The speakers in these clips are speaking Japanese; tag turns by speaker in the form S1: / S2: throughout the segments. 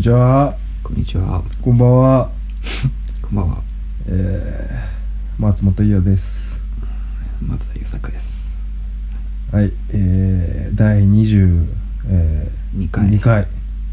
S1: ちは。
S2: こんにちは。
S1: こんばんは。
S2: こんばんは。
S1: 松本伊代です。
S2: 松田優作です。
S1: はい、第22回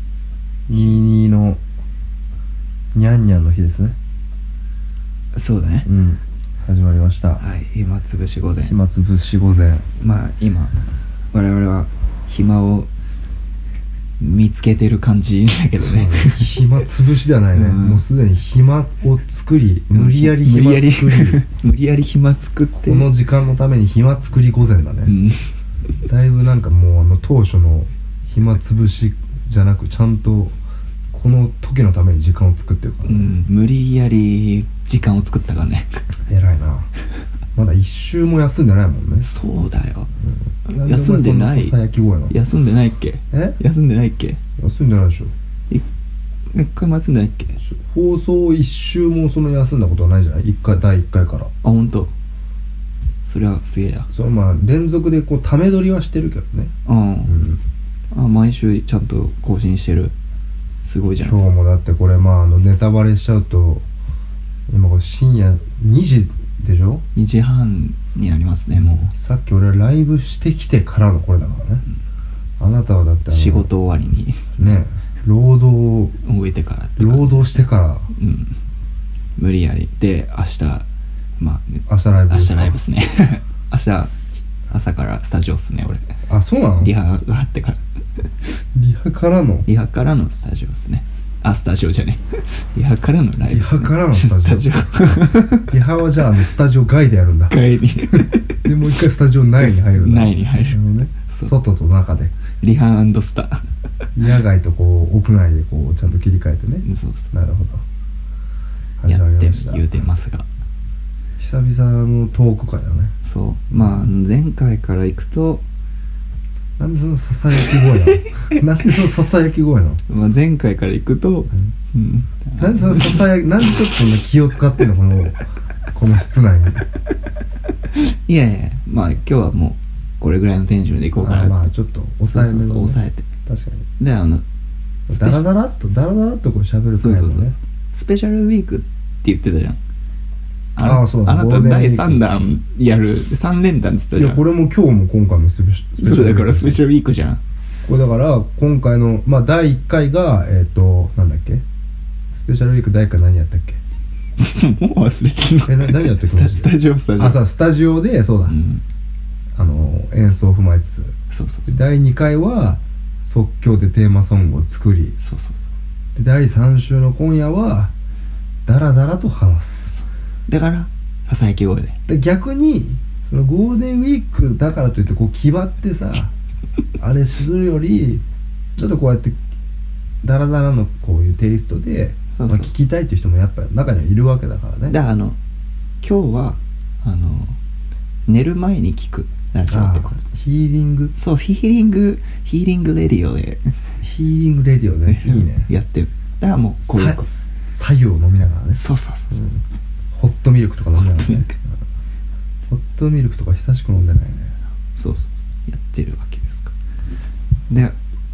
S1: 22のにゃんにゃんの日ですね。
S2: そうだね。
S1: 始まりました。
S2: はい、暇つぶし午前。
S1: 暇つぶし午前。
S2: まあ今我々は暇を見つけてる感じだけどね。
S1: 暇つぶしではないね。もうすでに暇を作り、無理やり暇作り
S2: 無理やり暇作って
S1: この時間のために暇作り午前だね。だいぶなんかもう当初の暇つぶしじゃなく、ちゃんとこの時のために時間を作ってるからね。
S2: 無理やり時間を作ったからね。
S1: 偉いな。まだ一週も休んでないもんね。
S2: そうだよ。休んでない。休んでないっけ？休んでないっけ？
S1: 休んでないでしょ。
S2: 一回も休んでないっけ？
S1: 放送一週もその休んだことはないじゃない。第1回から。
S2: 本当。それはすげえや。
S1: それまあ連続でこうため撮りはしてるけどね。
S2: 毎週ちゃんと更新してる。すごいじゃないですか。
S1: 今日もだってこれネタバレしちゃうと、今これ深夜2時でしょ。
S2: 2時半になりますね。もう
S1: さっき俺ライブしてきてからのこれだからね。あなたはだって
S2: 仕事終わりに
S1: ね、労働を
S2: 終えてから
S1: 労働してから、
S2: 無理やりで明日
S1: 明日ライブ
S2: ですね。明日朝からスタジオっすね。俺
S1: そうなの。
S2: リハがあってから
S1: リハからの
S2: スタジオっすね。スタジオじゃねリハからのライブっすね。
S1: リハからのスタジオリハはじゃあスタジオ外でやるんだ。
S2: 外に
S1: でもう一回スタジオ内に入るんだ。
S2: 内に入る、
S1: ね、外と中で
S2: リハ&スタ
S1: 野外とこう屋内でこうちゃんと切り替えてね。
S2: そう
S1: なるほど。
S2: 始まりました。言うてますが、
S1: 久々のトーク会だね。
S2: そう、前回から行くと、
S1: なんでそのささやき声なのなんでそのささやき声なの。
S2: 前回から行くと、
S1: なんでそのささやきなんでちょっとそんな気を使ってんのこの室内に。
S2: いや今日はもうこれぐらいのテンションでいこうかな。
S1: ちょっと抑えめの、
S2: 抑えて。
S1: 確かに。
S2: で
S1: ダラダラっとこう喋るくらいのね。
S2: スペシャルウィークって言ってたじゃん。
S1: そうだ。
S2: あなた第3弾やる3連弾って言ったじゃん。
S1: いやこれも今日も今回もスペシャルウィーク。
S2: そうだからスペシャルウィークじゃん。
S1: これだから今回の第1回がなんだっけ、スペシャルウィーク第1回何やったっけ。
S2: もう忘れてる。
S1: 何やったっけ。
S2: スタジオ
S1: スタジオで、そうだ、演奏を踏まえつつ、第2回は即興でテーマソングを作り、で第3週の今夜はダラダラと話す。
S2: だからささやき声で
S1: 逆にそのゴールデンウィークだからといってこう気張ってさあれするより、ちょっとこうやってダラダラのこういうテイストで聞きたいっていう人もやっぱり中にはいるわけだからね。
S2: 今日は寝る前に聞くラジオってこと。
S1: ヒーリング
S2: レディオで
S1: ヒーリングレディオね。いいね。
S2: やってる。だからもうこういう
S1: 白湯を飲みながらね。
S2: そう、
S1: ホットミルクとか飲んでないね。ホットミルクとか久しく飲んでないね。
S2: そうやってるわけですか。で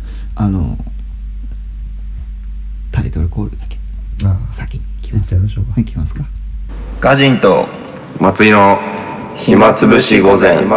S2: タイトルコールだけ先に行きます。
S1: いっちゃいましょうか。
S2: 行きますか。
S3: ガジンと松井の暇つぶし午前。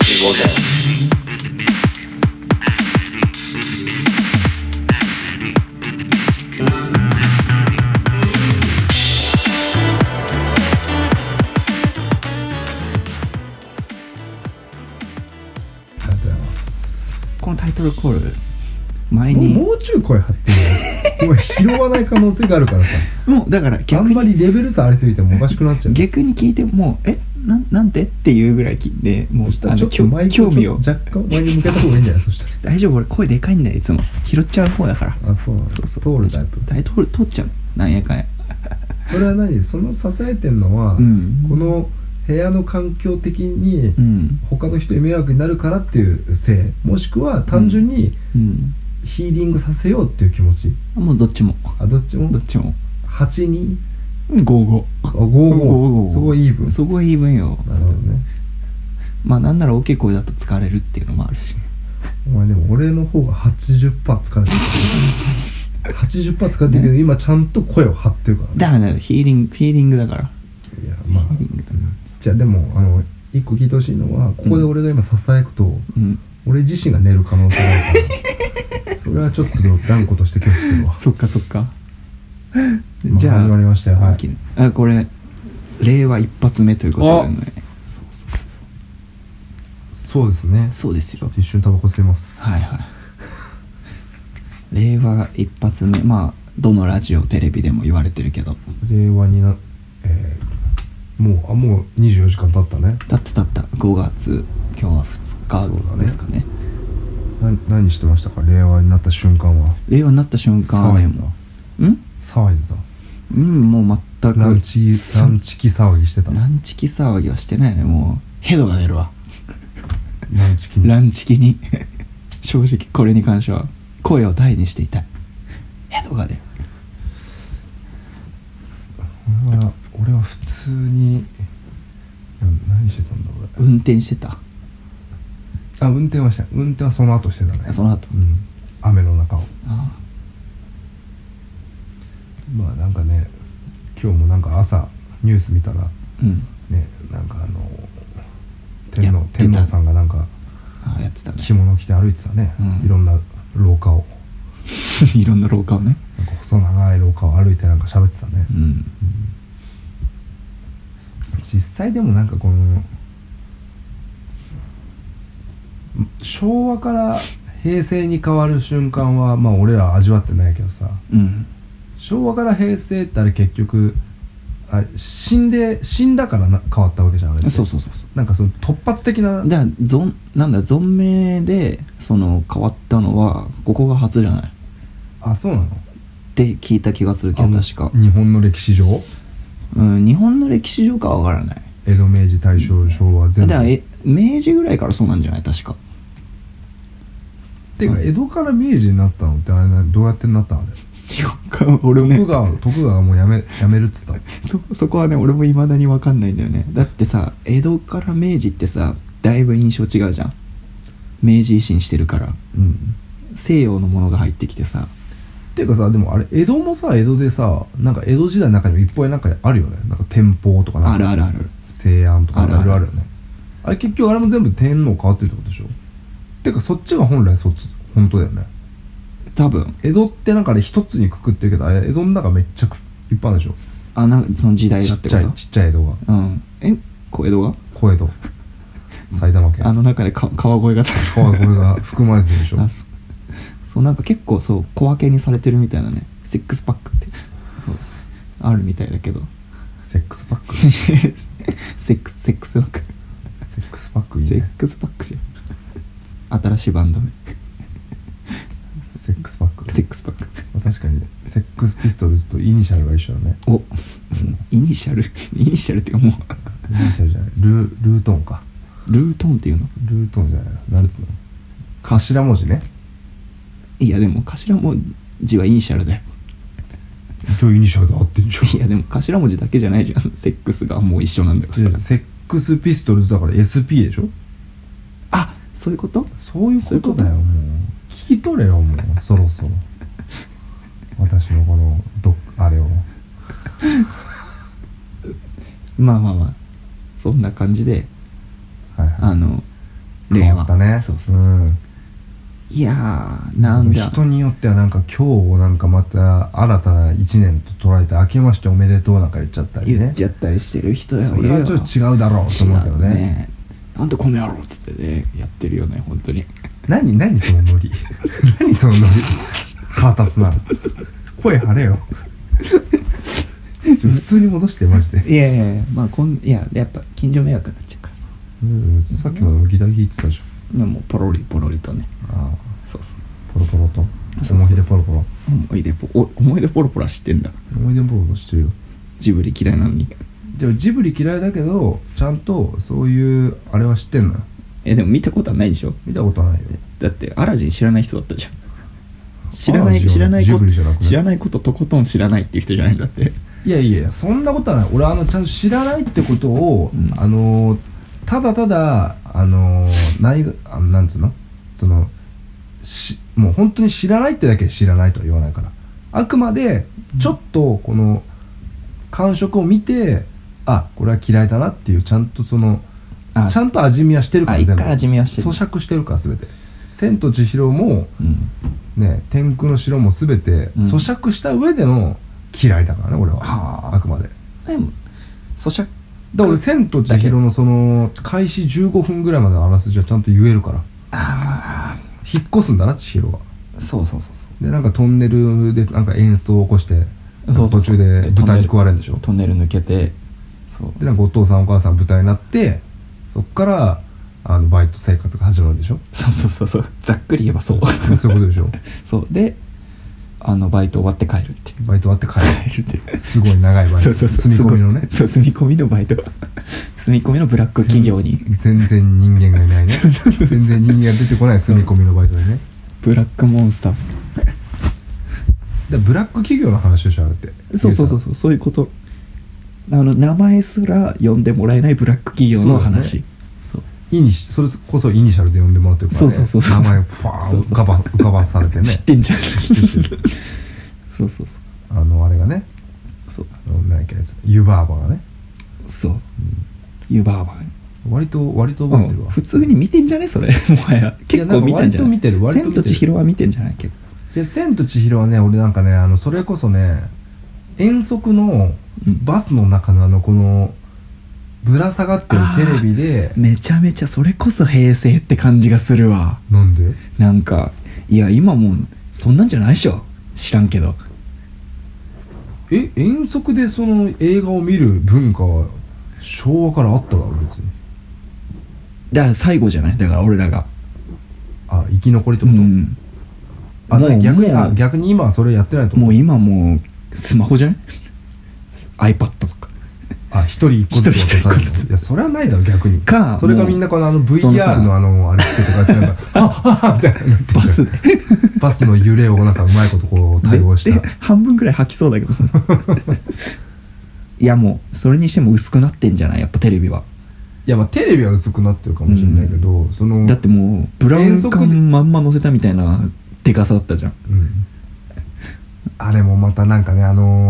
S2: このタイトルコール前に
S1: もうちょい声張ってるよ。拾わない可能性があるからさ。
S2: もうだから
S1: あんまりレベル差ありすぎてもおかしくなっちゃう。
S2: 逆に聞いてもなんでっていうぐらい聞いて、もう
S1: ちょっとマイクを若干前に向けた方がいいんじゃない。そしたら
S2: 大丈夫、俺声でかいんだよ。いつも拾っちゃう方だから。
S1: そうなんだ。通るタイプ。
S2: 通っちゃう。なんやかんや。
S1: それは何、その支えてんのは、この部屋の環境的に他の人に迷惑になるからっていうせい、もしくは単純にヒーリングさせようっていう気持ち。
S2: もうどっちも。
S1: どっちも。82 55。そこイーブン。
S2: そこイーブンよ。
S1: なるほどね。
S2: なんなら大きい声だと疲れるっていうのもあるし。
S1: お前でも俺の方が 80% 疲れてる。 80%使ってるけど、今ちゃんと声を張ってるからね。
S2: だからヒーリングだから。
S1: いやまあじゃあでも一個聞いてほしいのは、ここで俺が今ささやくと、俺自身が寝る可能性があるからそれはちょっと断固として拒否するわ。
S2: そっかそっか。
S1: じゃあ始まりましたよ。はい。
S2: これ令和一発目ということでね。
S1: そうですね。
S2: そうですよ。
S1: 一瞬タバコ吸います。
S2: はいはい。令和一発目、まあどのラジオテレビでも言われてるけど、
S1: 令和にもう24時間経ったね。
S2: 経った5月、今日は2日ですかね。
S1: 何してましたか、令和になった瞬間は。
S2: 令和になった瞬間はね、
S1: 騒いでた。
S2: もう全く
S1: ランチキ騒ぎしてた。
S2: ランチキ騒ぎはしてないね。もうヘドが出るわ。ランチキに正直これに関しては声を大にしていたい。ヘドが出る。
S1: 俺は普通に何してたんだ俺。
S2: 運転してた。
S1: 運転はした。運転はその後してたね。
S2: その後、
S1: 雨の中を。まあなんかね、今日もなんか朝ニュース見たら、ね、なんか天皇さんがなんか
S2: やってたね。
S1: 着物着て歩いてたね、いろんな廊下を
S2: いろんな廊下をね、
S1: なんか細長い廊下を歩いてなんか喋ってたね。実際でもなんかこの昭和から平成に変わる瞬間はまあ俺ら味わってないけどさ、昭和から平成ってあれ結局死んだから変わったわけじゃんあれって。そうなんかその突発的な
S2: 存命でその変わったのはここが初じゃない。
S1: あ、そうなの
S2: って聞いた気がするけど、確か
S1: 日本の歴史上、
S2: 日本の歴史上かは分からない。
S1: 江戸明治大正昭和全部
S2: 明治ぐらいからそうなんじゃない、確か。
S1: てか江戸から明治になったのってあれどうやってなったのあれ。
S2: 俺ね、
S1: 徳川もやめるっつった。
S2: そこはね、俺も未だに分かんないんだよね。だってさ、江戸から明治ってさ、だいぶ印象違うじゃん。明治維新してるから、西洋のものが入ってきてさ。
S1: っていうかさ、でもあれ江戸もさ、江戸でさ、なんか江戸時代の中にもいっぱいなんかあるよね。なんか天保とかなんか
S2: ある
S1: 西安とかいろいろあるよね。あれ結局あれも全部天皇変わってるってことでしょ。っていうかそっちが本来本当だよね。
S2: 多分
S1: 江戸ってなんかあれ一つにくくってるけど、あれ江戸の中めっちゃいっぱいあるでしょ。
S2: なんかその時代だってこと。
S1: ちっちゃい江戸が。
S2: 小江戸が
S1: 小江戸埼玉県。
S2: 中で川越が
S1: 含まれてるでしょ。
S2: そうなんか結構そう小分けにされてるみたいなね。セックスパックってそうあるみたいだけど。
S1: セックスパック
S2: セックスパック
S1: セックスパックいいね。
S2: セックスパックじゃん。新しいバンドね。
S1: セックスパック確かにセックスピストルズとイニシャルが一緒だね。
S2: イニシャルっていうかもう
S1: イニシャルじゃない、ルートンか。
S2: ルートンっていうの。
S1: ルートンじゃない、なんつうの、頭文字ね。
S2: いやでも頭文字はイニシャルだよ。
S1: 一応イニシャルで合ってんじゃん。
S2: いやでも頭文字だけじゃないじゃん。セックスがもう一緒なんだよ。
S1: セックスピストルズだから SP でしょ。
S2: そういうこと？
S1: そういうことだよ。もう聞き取れよ、もうそろそろ私のこのあれを
S2: まあそんな感じで、
S1: 令和だね。
S2: そう、いやー、なんだ、
S1: 人によってはなんか今日をなんかまた新たな1年と捉えて明けましておめでとうなんか言っちゃったりね。
S2: 言っちゃったりしてる人や
S1: それはちょっと違うだろうと思うけどね。
S2: なんでこの野郎っつってねやってるよね、本当に。
S1: 何そのノリ何そのノリ腹立つな。声張れよ普通に戻してマジで。
S2: いやまあやっぱ近所迷惑になっちゃうから
S1: さっきもギター弾いてたじ
S2: ゃん。でもポロリとね。そう
S1: ポロポロと思い出ポロポロ。
S2: 思い出ポロポロ知ってんだ。
S1: 思い出ポロポロ知ってるよ。
S2: ジブリ嫌いなのに。
S1: でもジブリ嫌いだけどちゃんとそういうあれは知ってんのよ。
S2: でも見たことはないでしょ。
S1: 見たことはないよ。
S2: だってアラジン知らない人だったじゃん。知らないこととことん知らないっていう人じゃないんだって。
S1: いやそんなことはない。俺ちゃんと知らないってことを、ただなんつうの、もう本当に知らないってだけ知らないとは言わないから。 あくまでちょっとこの感触を見て、あ、これは嫌いだなっていう、ちゃんとそのちゃんと味見はしてるから、
S2: 一回味見はしてる、
S1: 咀嚼してるから全て。千と千尋も、ね、天空の城も全て咀嚼した上での嫌いだからね、俺は。あくまで。
S2: でも咀嚼
S1: だから俺千と千尋のその開始15分ぐらいまでのあらすじはちゃんと言えるから。引っ越すんだな、千尋は。
S2: そう
S1: でなんかトンネルでなんか演出を起こして、途中で豚に食われるんでしょ。
S2: トンネル抜けて、そう
S1: でなんかお父さんお母さん豚になって、そっからバイト生活が始まるんでしょ。
S2: そうざっくり言えばそう
S1: そういうことでしょ。
S2: そうでバイト終わって帰るっていう。
S1: バイト終わって帰るってすごい長いバイト。
S2: そう
S1: 住み込みのね。
S2: そう、住み込みのバイト住み込みのブラック企業に
S1: 全然人間がいないね全然人間が出てこない住み込みのバイトでね。
S2: ブラックモンスターズ
S1: だブラック企業の話でしょ、あれって。
S2: そういうこと。名前すら呼んでもらえないブラック企業の話。
S1: それこそイニシャルで呼んでもらってるからね。そう名前をファーン浮かばされてね。
S2: 知ってんじゃんそう
S1: あれがね、
S2: そう
S1: 何やっけやつ、湯婆婆がね、
S2: そう、湯婆婆
S1: 割と覚えてるわ。
S2: 普通に見てんじゃねそれもはや。結構見てんじゃない。
S1: 割と見てる。
S2: 千と千尋は見てんじゃないけど。
S1: いや、千と千尋はね、俺なんかね、それこそね、遠足のバスの中のこのぶら下がってるテレビで、
S2: めちゃめちゃそれこそ平成って感じがするわ。
S1: なんで？
S2: なんかいや今もうそんなんじゃないでしょ、知らんけど。
S1: 遠足でその映画を見る文化は昭和からあっただろ別に。
S2: だから最後じゃない、だから俺らが
S1: 生き残りってこと？逆に今はそれやってないと思う。
S2: もう今もうスマホじゃないiPad とか。
S1: 一人一個ずつ。いや、それはないだろ逆に。それがみんなこのVR のあれってとかってなんかみたいなバスの揺れをなんかうまいことこう対応した。
S2: 半分くらい吐きそうだけどいやもうそれにしても薄くなってんじゃない、やっぱテレビは。
S1: いや、まあテレビは薄くなってるかもしれないけど、
S2: だってもうブラウン管まんま乗せたみたいなでかさだったじゃん。
S1: あれもまたなんかね、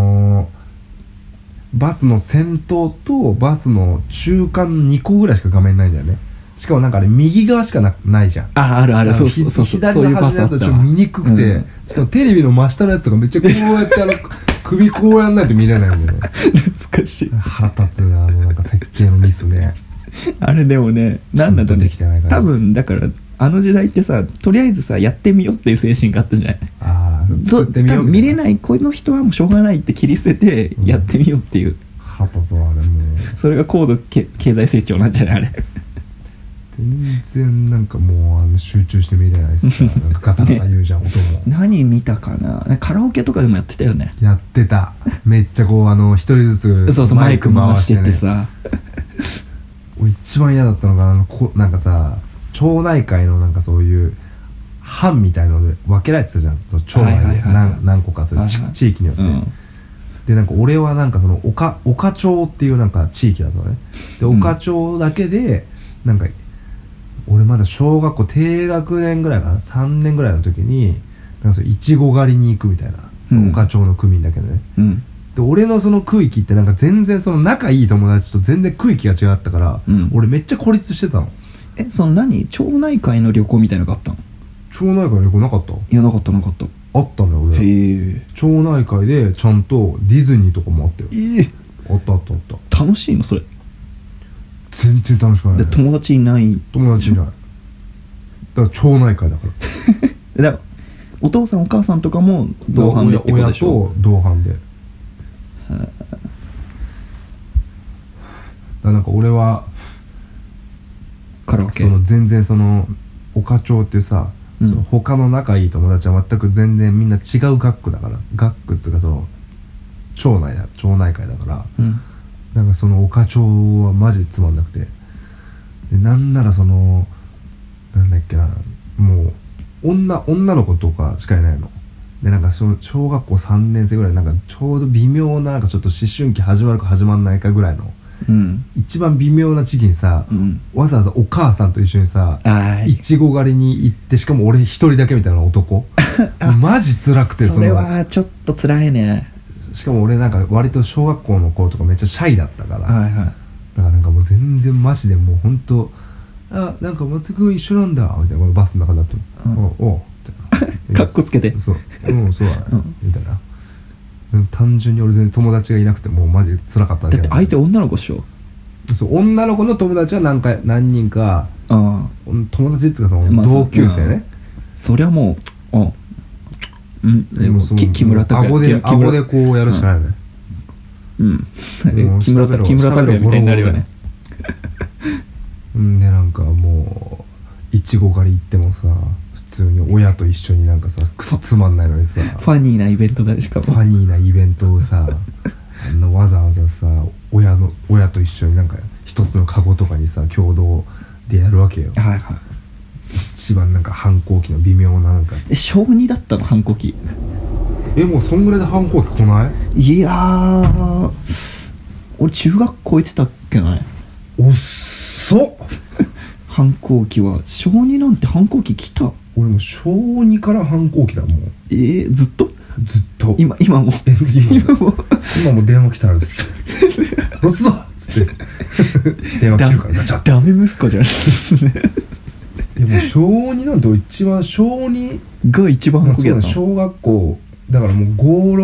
S1: バスの先頭とバスの中間2個ぐらいしか画面ないんだよね。しかもなんかあれ右側しかないじゃん。
S2: あるそう
S1: 左の端のやつはちょっと見にくくて、しかもテレビの真下のやつとかめっちゃこうやって首こうやんないと見れないんだよね
S2: 懐かしい。
S1: 腹立つな、なんか設計のミスね
S2: あれでもね、なんだとね、多分だからあの時代ってさ、とりあえずさやってみようっていう精神があったじゃない。作ってみようみたいな。見れないこの人はもうしょうがないって切り捨ててやってみようっていう、
S1: 腹立つわあれ。もう
S2: それが高度経済成長なんじゃないあれ
S1: 全然なんかもう集中して見れないっすさなんかガタガタ言うじゃん、音も。
S2: 何見たかな、カラオケとかでもやってたよね。
S1: やってた。めっちゃこう一人ずつ
S2: マイク回してってさ
S1: 俺一番嫌だったのがなんかさ、町内会のなんかそういう班みたいので分けられてたじゃん、町内で何個か、それ地域によって、でなんか俺はなんかその岡町っていうなんか地域だったのね。で岡町だけでなんか俺まだ小学校低学年ぐらいかな、3年ぐらいの時になんかいちご狩りに行くみたいな、その岡町の区民だけでね、で俺のその区域ってなんか全然その仲いい友達と全然区域が違ったから、俺めっちゃ孤立してたの。
S2: その町内会の旅行みたいなのがあったの？
S1: 町内会の旅行なかった？い
S2: やなかった
S1: あったのよ俺。町内会でちゃんとディズニーとかもあったよ。あった
S2: 楽しいのそれ？
S1: 全然楽しくない、ね、
S2: で友達いない？
S1: 友達いない。だから町内会だから
S2: だからお父さんお母さんとかも同伴でってことでしょ？
S1: 親と同伴で。なんか俺は
S2: カラオケ
S1: 全然岡町っていうさ、その他の仲いい友達は全く全然みんな違う学区だから、学区っつうか町内会だから、なんかその岡町はマジつまんなくて、でなんならなんだっけな、もう女の子とかしかいないので、なんか小学校3年生ぐらいなんかちょうど微妙ななんかちょっと思春期始まるか始まんないかぐらいの一番微妙な時期にさ、わざわざお母さんと一緒にさいちご狩りに行って、しかも俺一人だけみたいな男マジ辛くて、
S2: それはちょっと辛いね。
S1: しかも俺なんか割と小学校の頃とかめっちゃシャイだったから、だからなんかもう全然マジでもうほんと、あ、なんか松君一緒なんだみたいな、バスの中だと、おうみたいな
S2: かっこつけて、
S1: そうそうだねみたいな。単純に俺全然友達がいなくてもうマジ辛かっただけ
S2: だって相手女の子っしょ。
S1: そう女の子の友達は何人か、友達っていうかその同級生ね、
S2: そりゃもうでも木村拓哉
S1: 顎でこうやるしかないよね。
S2: 木村拓哉みたいになるよね。
S1: でなんかもういちご狩り行ってもさ、普通に親と一緒になんかさ、クソつまんないのにさ、
S2: ファニーなイベントだね。しかも
S1: ファニーなイベントをさわざわざさ親と一緒になんか一つのカゴとかにさ共同でやるわけよ。一番なんか反抗期の微妙ななんか。
S2: 小2だったの反抗期。
S1: もうそんぐらいで反抗期来ない？
S2: いやー、俺中学校行ってたっけな。
S1: おっそ
S2: 反抗期は小2なんて反抗期来た。
S1: 俺も小2から反抗期だもん。
S2: ずっと今も
S1: 今も電話来たらですどうぞっつって電話切るからガチャッ。
S2: ダメ息子じゃん。
S1: でも小2なんて一番小2
S2: が一番反抗期だったの。
S1: 小学校だからもう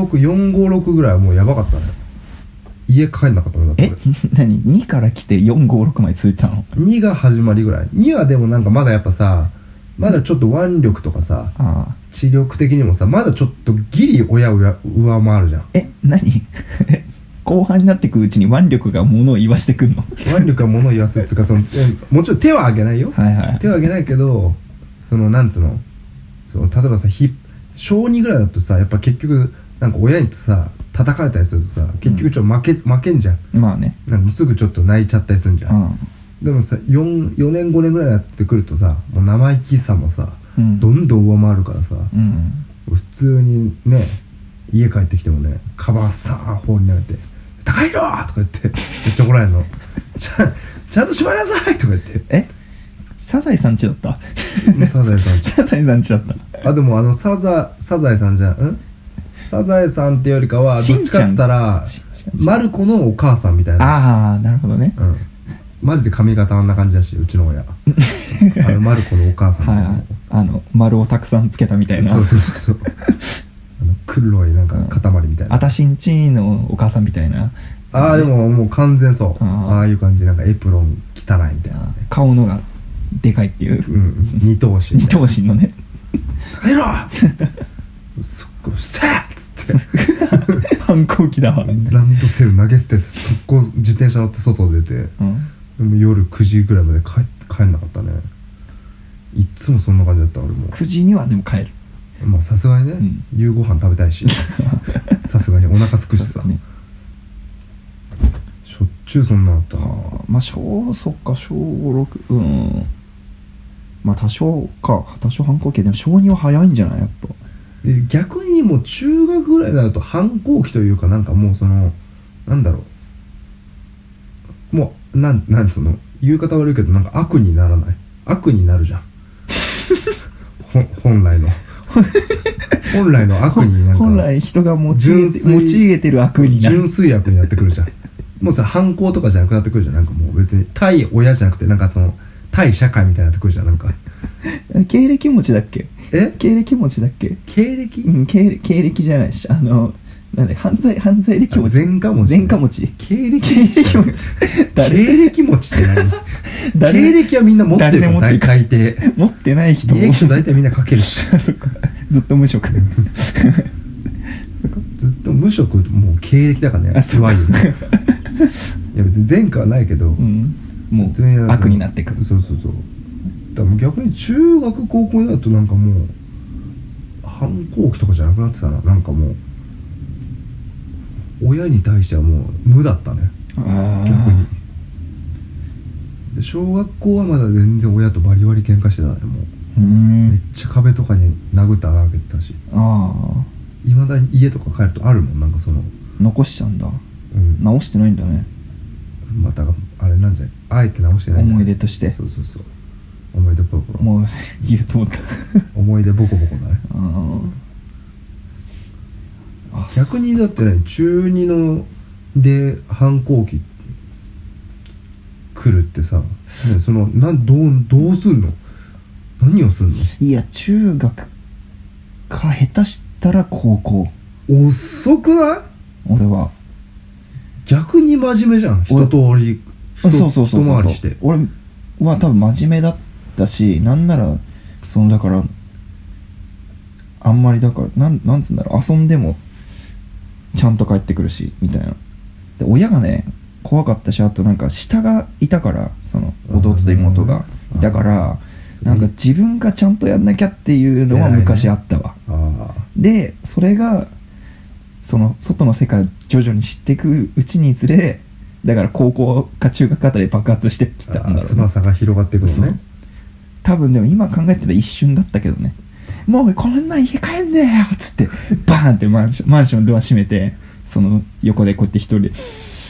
S1: 456ぐらいはもうやばかったね。家帰んなかったもんだって。
S2: 何 2 から来て456まで続いてたの。
S1: 2が始まりぐらい。2はでもなんかまだやっぱさ、まだちょっと腕力とかさ、知力的にもさ、まだちょっとギリ親を上回るじゃん。
S2: 何後半になってくうちに腕力が物を言わしてくんの。
S1: 腕力が物を言わせるっていうか、そのもちろん手は挙げないよ、手は挙げないけど、そのなんつうの、そう例えばさ小2ぐらいだとさ、やっぱ結局なんか親にさ叩かれたりするとさ、結局ちょっと負けんじゃん。
S2: まあね。
S1: なんかすぐちょっと泣いちゃったりするんじゃん。でもさ 4年5年ぐらいやってくるとさ、もう生意気さもさ、どんどん上回るからさ、普通にね、家帰ってきてもね、カバンさー放り投げて「高いろ!」とか言ってめっちゃ怒られるの。ちゃんとしまいなさいとか言って。
S2: サザエさんちだった。
S1: サザエさんち。
S2: サザエさんちだった。
S1: でもサザエさんじゃん。サザエさんってよりかはどっちかっつったらマルコのお母さんみたいな。
S2: なるほどね。
S1: マジで髪型あんな感じだし、うちの親マルコのお母さん
S2: 丸をたくさんつけたみたいな。
S1: そう黒いなんか塊みたいな。
S2: あたしんちのお母さんみたいな。
S1: でももう完全そう。ああいう感じ、なんかエプロン汚いみたいな。
S2: 顔のがでかいっていう。
S1: 二頭身
S2: のね。
S1: 入ろそっこせーっつって
S2: 反抗期だわ。
S1: ランドセル投げ捨てて速攻自転車乗って外出て、でも夜9時ぐらいまで帰んなかったね。いっつもそんな感じだった。俺も
S2: 9時にはでも帰る。
S1: まあさすがにね、夕ご飯食べたいしさすがにお腹すくしさ、しょっちゅうそんなのあったな。
S2: そっか小6、まあ多少反抗期でも小2は早いんじゃないやっぱ。
S1: 逆にもう中学ぐらいになると反抗期というか、なんかもうそのなんだろう、もうなんその言い方悪いけど、なんか悪にならない、悪になるじゃん本来の悪になんか
S2: 本来人が用いてる悪になる、
S1: 純粋悪になってくるじゃん。もうさ反抗とかじゃなくなってくるじゃん。なんかもう別に対親じゃなくて、なんかその対社会みたいになってくるじゃん。なんか
S2: 経歴持ちだっけ？経歴持ちだっけ？
S1: 経歴？
S2: 経歴じゃないし、なんで犯罪歴持ち。
S1: 前科持ち。経歴持ち。経歴持ちって何？経歴はみんな持ってるから、大体
S2: 持ってない人も。
S1: 履歴書大体みんな書けるし。
S2: そっか。ずっと無職。
S1: ずっと無職、もう経歴だからね。怖いよね。いや別に前科はないけど、
S2: もう悪になってくる。
S1: そうだから逆に中学高校だとなんかもう反抗期とかじゃなくなってたな。なんかもう親に対してはもう無だったね、逆に。で小学校はまだ全然親とバリバリ喧嘩してたね。もうめっちゃ壁とかに殴って穴開けてたし、いまだに家とか帰るとあるもん。なんかその
S2: 残しちゃうんだ、直してないんだね。
S1: またあれなんじゃない、あえて直してない
S2: 思い出として。
S1: そうそうそう、思い出ボコボコ、
S2: もう言うと思った
S1: 思い出ボコボコだね。逆にだってね、中2ので反抗期来るってさ、ね、そのどうすんの、何をすんの。
S2: いや中学か下手したら高校。
S1: 遅くない？
S2: 俺は
S1: 逆に真面目じゃん、一通り一回りして。
S2: 俺は多分真面目だったし、なんならそのだからあんまりだからなんつうんだろう、遊んでもちゃんと帰ってくるしみたいな。で親がね怖かったし、あとなんか下がいたから、その弟と妹がいたから、なんか自分がちゃんとやんなきゃっていうのは昔あったわ。でそれがその外の世界を徐々に知っていくうちにつれ、だから高校か中学あたりで爆発してきたんだろうね。
S1: 翼が広がっていくのね。
S2: 多分でも今考えたら一瞬だったけどね。もうこんな家帰んねえよっつってバーンってマンションのドア閉めて、その横でこうやって一人で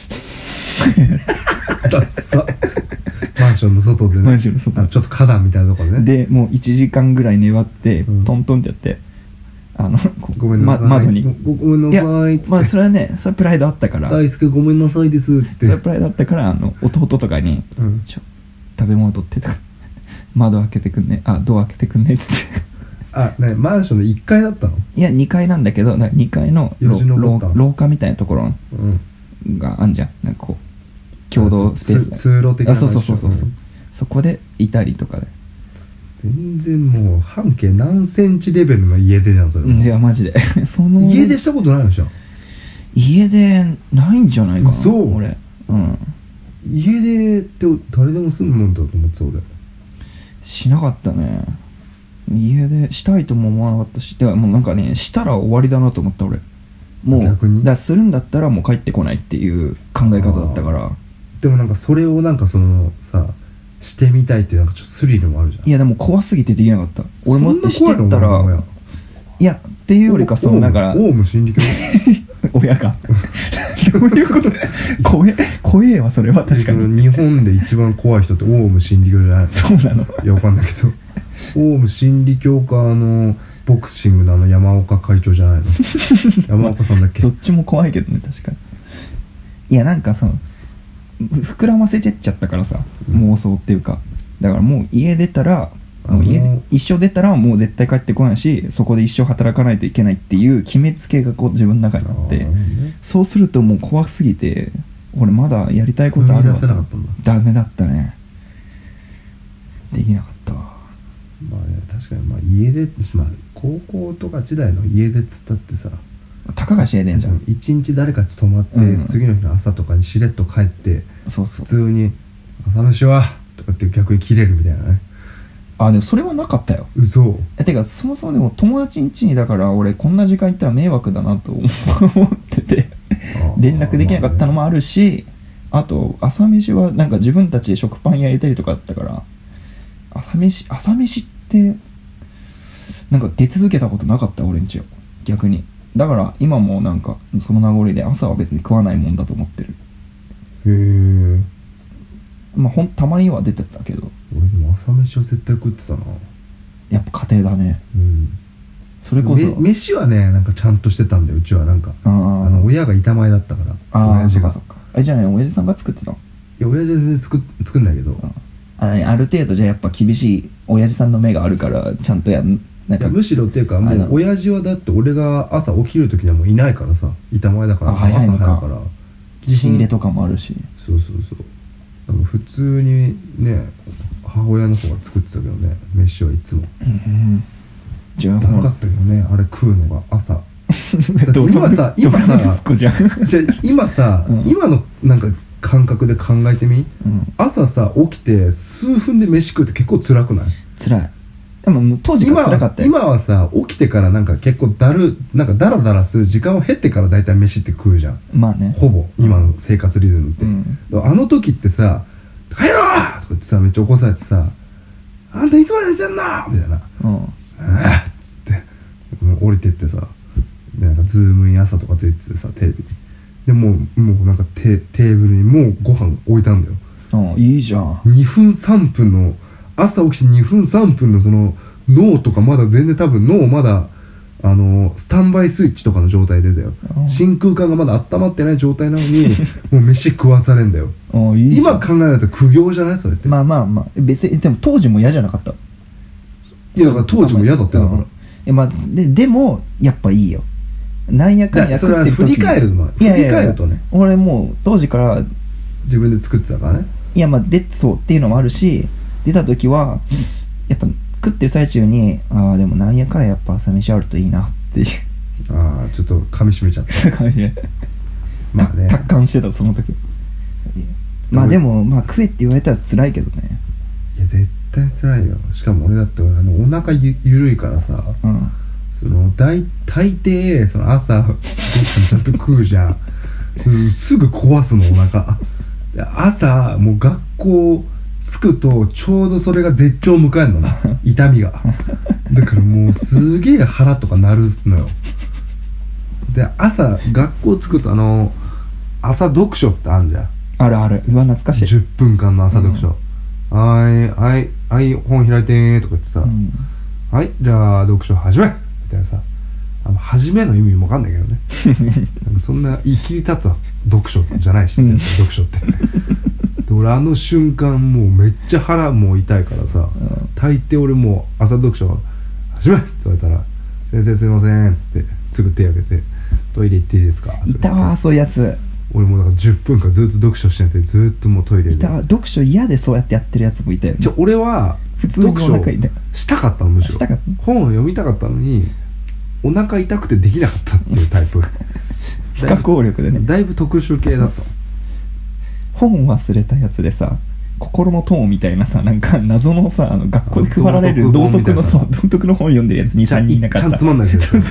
S1: ダッサマンションの外でね、
S2: マンションの外
S1: ちょっと花壇みたいなところでね、
S2: でもう1時間ぐらい粘って、トントンってやって
S1: ごめんなさい、
S2: 窓に
S1: ごめんなさいっつって、
S2: まあそれはね、それはプライドあったから、
S1: 大輔ごめんなさいですっつって、
S2: それはプライドあったから、弟とかに、食べ物取ってとか窓開けてくんね、ドア開けてくんねっつって
S1: ね、マンションの1階だったの？
S2: いや2階なんだけど、2階の廊下みたいなところがあんじゃん、なんかこう共同スペース、
S1: 通路的な。
S2: そうそこでいたりとかで、
S1: 全然もう半径何センチレベルの家出じゃんそれ。
S2: いやマジで
S1: 家出したことないのじゃん。
S2: 家出ないんじゃないかな。
S1: そう
S2: 俺、
S1: 家出って誰でも住むもんだと思ってた俺。
S2: しなかったね。家出したいとも思わなかったし、でもうなんかね、したら終わりだなと思った俺。もう
S1: 逆に
S2: だからするんだったらもう帰ってこないっていう考え方だったから。
S1: でもなんかそれをなんかそのさしてみたいっていうなんかちょっとスリルもあるじゃん。
S2: いやでも怖すぎてできなかった。俺もしてったら、いやっていうよりかそのだから
S1: オウム真理教
S2: 親がどういうこと怖えわそれは。確かに
S1: 日本で一番怖い人ってオウム真理教じゃないの？
S2: そうなの？
S1: いやわかんないけどオウム真理教かボクシングの山岡会長じゃないの？山岡さんだっけ？
S2: どっちも怖いけどね、確かに。いやなんかその膨らませてっちゃったからさ、妄想っていうか、だからもう家出たらもう一生出たらもう絶対帰ってこないし、そこで一生働かないといけないっていう決めつけがこう自分の中にあって、そうするともう怖すぎて、俺まだやりたいことあるわ。
S1: 踏み出せなかったんだ。
S2: ダメだったね、できなかったわ。
S1: まあね、確かに家出、高校とか時代の家出っつったってさ、
S2: たかが知れてんじゃん。
S1: 一日誰かと泊まって、次の日の朝とかにしれっと帰って、普通に朝飯はとかって逆に切れるみたいなね。
S2: でもそれはなかったよ。
S1: 嘘。
S2: てかそもそもでも友達ん家にだから俺こんな時間行ったら迷惑だなと思ってて連絡できなかったのもあるし、あと朝飯はなんか自分たちで食パン焼いたりとかあったから、朝飯ってなんか出続けたことなかった俺んちよ、逆に。だから今もなんかその名残で朝は別に食わないもんだと思ってる。
S1: へえ。
S2: たまには出てたけど、
S1: 俺でも朝飯は絶対食ってたな。
S2: やっぱ家庭だね。それこそ
S1: 飯はねなんかちゃんとしてたんだよ、うちは。なんか親が板前だったから。親父が。
S2: そっか。じゃあね、親父さんが作ってたの？
S1: いや親父は全然作んないけど、
S2: ある程度じゃあやっぱ厳しい親父さんの目があるからちゃんとなんか
S1: むしろっていうか、もう親父はだって俺が朝起きる時にはもういないからさ、板前だから朝早いから、
S2: 仕入れとかもあるし。
S1: そう普通にね母親の方が作ってたけどね、飯はいつも。
S2: じゃあ
S1: ダメだったけどね、あれ食うのが朝。だって今さ、今のなんか感覚で考えてみ、朝さ起きて数分で飯食うって結構辛くない？
S2: 辛い。でも当時から辛かったよ。
S1: 今はさ起きてからなんか結構なんかダラダラする時間を経ってからだいたい飯って食うじゃん。
S2: まあね。
S1: ほぼ今の生活リズムって、あの時ってさ「帰ろう!」とか言ってさめっちゃ起こされてさ「あんたいつまで寝てんの!」みたいな「っつって降りてってさ、なんかズームイン朝とかついててさテレビでもうなんかテーブルにもうご飯置いたんだよ。
S2: ああいいじゃん。
S1: 2分3分の朝起きて2分3分のその脳とかまだ全然多分脳まだスタンバイスイッチとかの状態でだよ。真空管がまだ温まってない状態なのにもう飯食わされんだよ。いい今考えると苦行じゃないそれって。
S2: まあ別にでも当時も嫌じゃなかった。
S1: いやだから当時も嫌だったよ。だから
S2: でもやっぱいいよ。なんやかんや食ってる時に
S1: それは振り返るとね。
S2: 俺もう当時から
S1: 自分で作ってたからね。
S2: いやそうっていうのもあるし、出た時はやっぱ食ってる最中にでもなんやかんややっぱ朝飯あるといいなっていう。
S1: ちょっと噛み締めちゃった
S2: 噛み締めまあね達観してたその時。でも食えって言われたら辛いけどね。
S1: いや絶対辛いよ。しかも俺だってお腹ゆるいからさ、その大抵その朝ご飯ちゃんと食うじゃんすぐ壊すのお腹。朝もう学校着くとちょうどそれが絶頂を迎えるのね痛みが。だからもうすげえ腹とか鳴るのよ。で朝学校着くと朝読書ってあるじゃん。
S2: あるうわ懐かしい。
S1: 10分間の朝読書、はい本開いてーとか言ってさ、はいじゃあ読書始めみたいなさ、始めの意味もわかんないけどねなんかそんな言い切り立つは読書じゃないし、読書ってで俺瞬間もうめっちゃ腹もう痛いからさ、大抵俺もう朝読書始めって言われたら先生すいませんっつってすぐ手挙げてトイレ行っていいですか。
S2: いたわそういうやつ。
S1: 俺もだから10分間ずっと読書しててずっともうトイレで
S2: いたわ。読書嫌でそうやってやってるやつもいたよね。
S1: 俺は
S2: 普通にお腹痛い
S1: したかったの。むしろ本を読みたかったのにお腹痛くてできなかったっていうタイプ
S2: 不可抗力でね。
S1: だいぶ特殊系だった。
S2: 本忘れたやつでさ、心の友みたいなさ、なんか謎のさ学校で配られる道徳の本読んでるやつ 2,3 人いなかった。
S1: ちゃんつまんないやつそう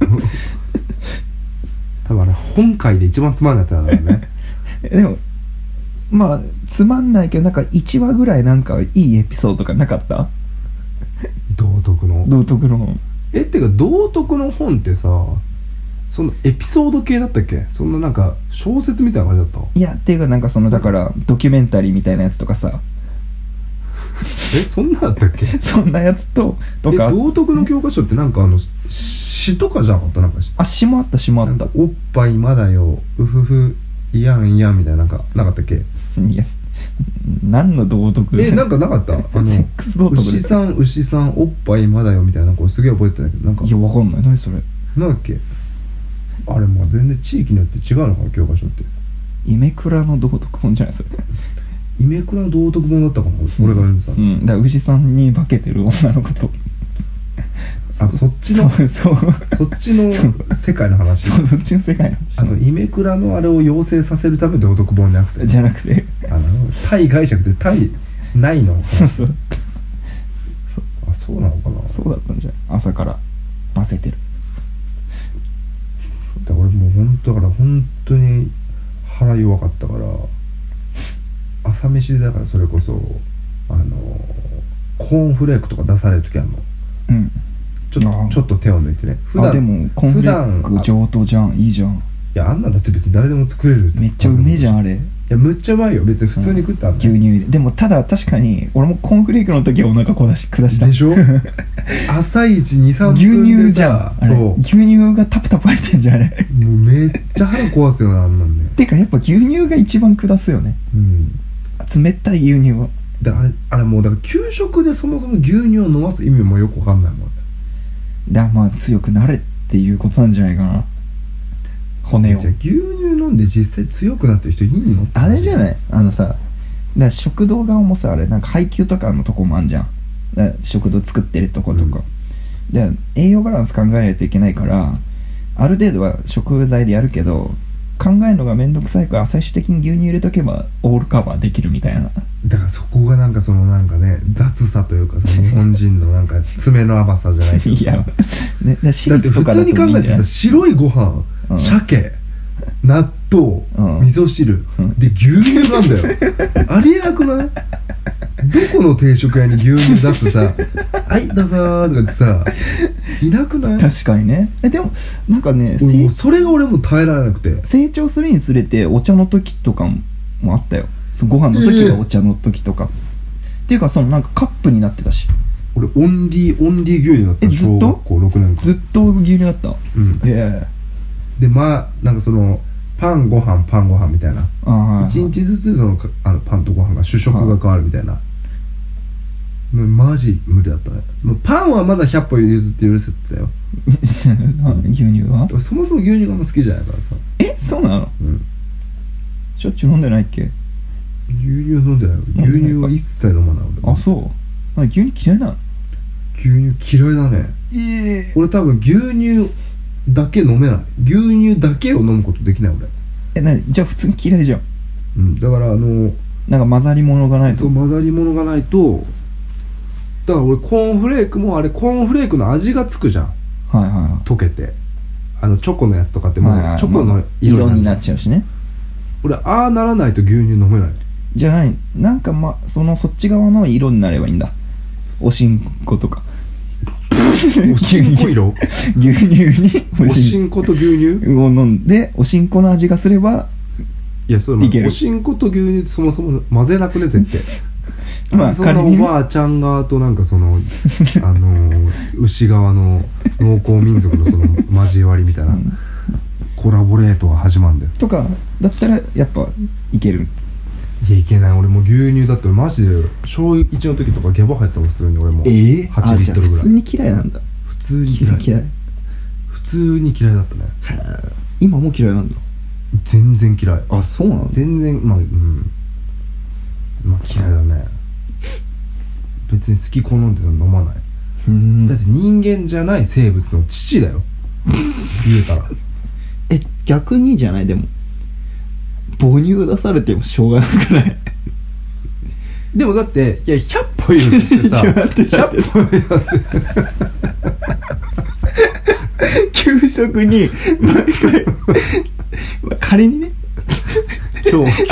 S1: 多分本界で一番つまんないやつだからね
S2: でもつまんないけどなんか1話ぐらいなんかいいエピソードとかなかった？
S1: 道徳の
S2: 本
S1: ってか道徳の本ってさそのエピソード系だったっけ？そんななんか小説みたいな感じだった？
S2: いやっていうかなんかだからドキュメンタリーみたいなやつとかさ
S1: そんなだったっけ
S2: そんなやつとか
S1: 道徳の教科書ってなんか詩とかじゃなかった？なんか
S2: 詩もあった。
S1: おっぱいまだようふふいやんいやんみたいななんかなかったっけ？
S2: いや何の道徳
S1: なんかなかったセックス道徳牛さんおっぱいまだよみたいなこれすげえ覚えてないけどなんか
S2: いやわかんない何それ
S1: なんだっけあれ全然地域によって違うのかな教科書って。
S2: イメクラの道徳本じゃないそれ。
S1: イメクラの道徳本だったかな、俺が読んでた。
S2: だから牛さんに化けてる女の子と
S1: そっちの世界の話。
S2: そっちの世界の話。
S1: イメクラのあれを養成させるための道徳本
S2: じゃなくて
S1: 対解釈で対ないの
S2: そう
S1: そうなのかな。
S2: そうだったんじゃない朝からバセてる。
S1: 俺もう本当に腹弱かったから朝飯でだからそれこそコーンフレークとか出される時あるの。ちょっと手を抜いてね。
S2: でもコーンフレーク上等じゃん。いいじゃん。い
S1: やあんなんだって別に誰でも作れる。
S2: めっちゃうめえじゃんあれ。い
S1: やむっちゃうまいよ別に普通に食ったら、
S2: 牛乳でもただ確かに俺もコーンフレークの時はお腹下した
S1: でしょ朝一 2,3 分で
S2: 牛乳じゃんあれ。牛乳がタプタプ入ってんじゃんあれ。
S1: もうめっちゃ腹壊すよなあんなんね。
S2: てかやっぱ牛乳が一番下すよね。冷たい牛乳は。
S1: であれもうだから給食でそもそも牛乳を飲ます意味もよくわかんないもん。
S2: 強くなれっていうことなんじゃないかな。骨を。
S1: じゃあ牛乳飲んで実際強くなってる人いんの？
S2: あれじゃないだ食堂側もさあれなんか配給とかのとこもあんじゃん。食堂作ってるとことか、で栄養バランス考えないといけないからある程度は食材でやるけど考えるのがめんどくさいから最終的に牛乳入れとけばオールカバーできるみたいな。
S1: だからそこがなんかなんかね雑さというかさ日本人のなんか爪の甘さじゃないけど
S2: いや、ね、
S1: だって普通に考えてさ白いご飯、鮭、納豆、味噌汁、で牛乳なんだよありえなくない？どこの定食屋に牛乳出すさはいどうぞーとかってさいなくない？
S2: 確かにね。でもなんかね、
S1: もうそれが俺も耐えられなくて、
S2: 成長するにつれてお茶の時とかもあったよ。ご飯の時がお茶の時とか、っていうかそのなんかカップになってたし。
S1: 俺オンリー牛乳だった。
S2: ずっと
S1: 小学校6年間
S2: ずっと牛乳だった。
S1: うん。でまあなんかそのパンご飯みたいな、1日ずつそのパンとご飯が主食が変わるみたいな、マジ無理だったね。パンはまだ100歩譲って許せてたよ
S2: 牛乳は
S1: そもそも牛乳があんま好きじゃないからさ。
S2: そうなの？うん。しょっちゅう飲んでないっけ？
S1: 牛乳飲んでないよ。牛乳は一切飲まない俺。
S2: あ、そう。牛乳嫌いなの？
S1: 牛乳嫌いだね。俺多分牛乳だけ飲めない。牛乳だけを飲むことできない俺。
S2: 何？じゃあ普通に嫌いじゃん。
S1: うん。だからなん
S2: か混ざり物がないと。
S1: そう、混ざり物がないと。だから俺コーンフレークもあれコーンフレークの味がつくじゃん。
S2: はいはいはい。
S1: 溶けてチョコのやつとかってもうチョコの
S2: 色になっちゃうしね。
S1: 俺ああならないと牛乳飲めない。
S2: じゃあなんかそっち側の色になればいいんだ。おしんことか。
S1: おしんこ色？
S2: 牛乳に
S1: おしんこと牛乳
S2: を飲んでおしんこの味がすればいける。
S1: おしんこと牛乳ってそもそも混ぜなくね絶対。
S2: まあ
S1: そのおばあちゃん側となんかその牛側の農耕民族のその交わりみたいなコラボレートが始まるんだよ。
S2: とかだったらやっぱいける。
S1: いやいけない。俺もう牛乳だってマジで小1の時とかゲボ入ってたもん普通に。俺も8リットルぐらい。
S2: 普通に嫌いなんだ。
S1: 普通に嫌い。普通に嫌いだったね。
S2: 今も嫌いなんだ。
S1: 全然嫌い。
S2: あ、そうなの？
S1: 全然まあ嫌いだね。別に好き好んで飲まない。だって人間じゃない生物の父だよ言うたら。
S2: 逆にじゃない？でも母乳出されてもしょうがなくない？
S1: でもだっていや100歩言うってさ100歩言う
S2: って給食に毎回仮にね
S1: 今日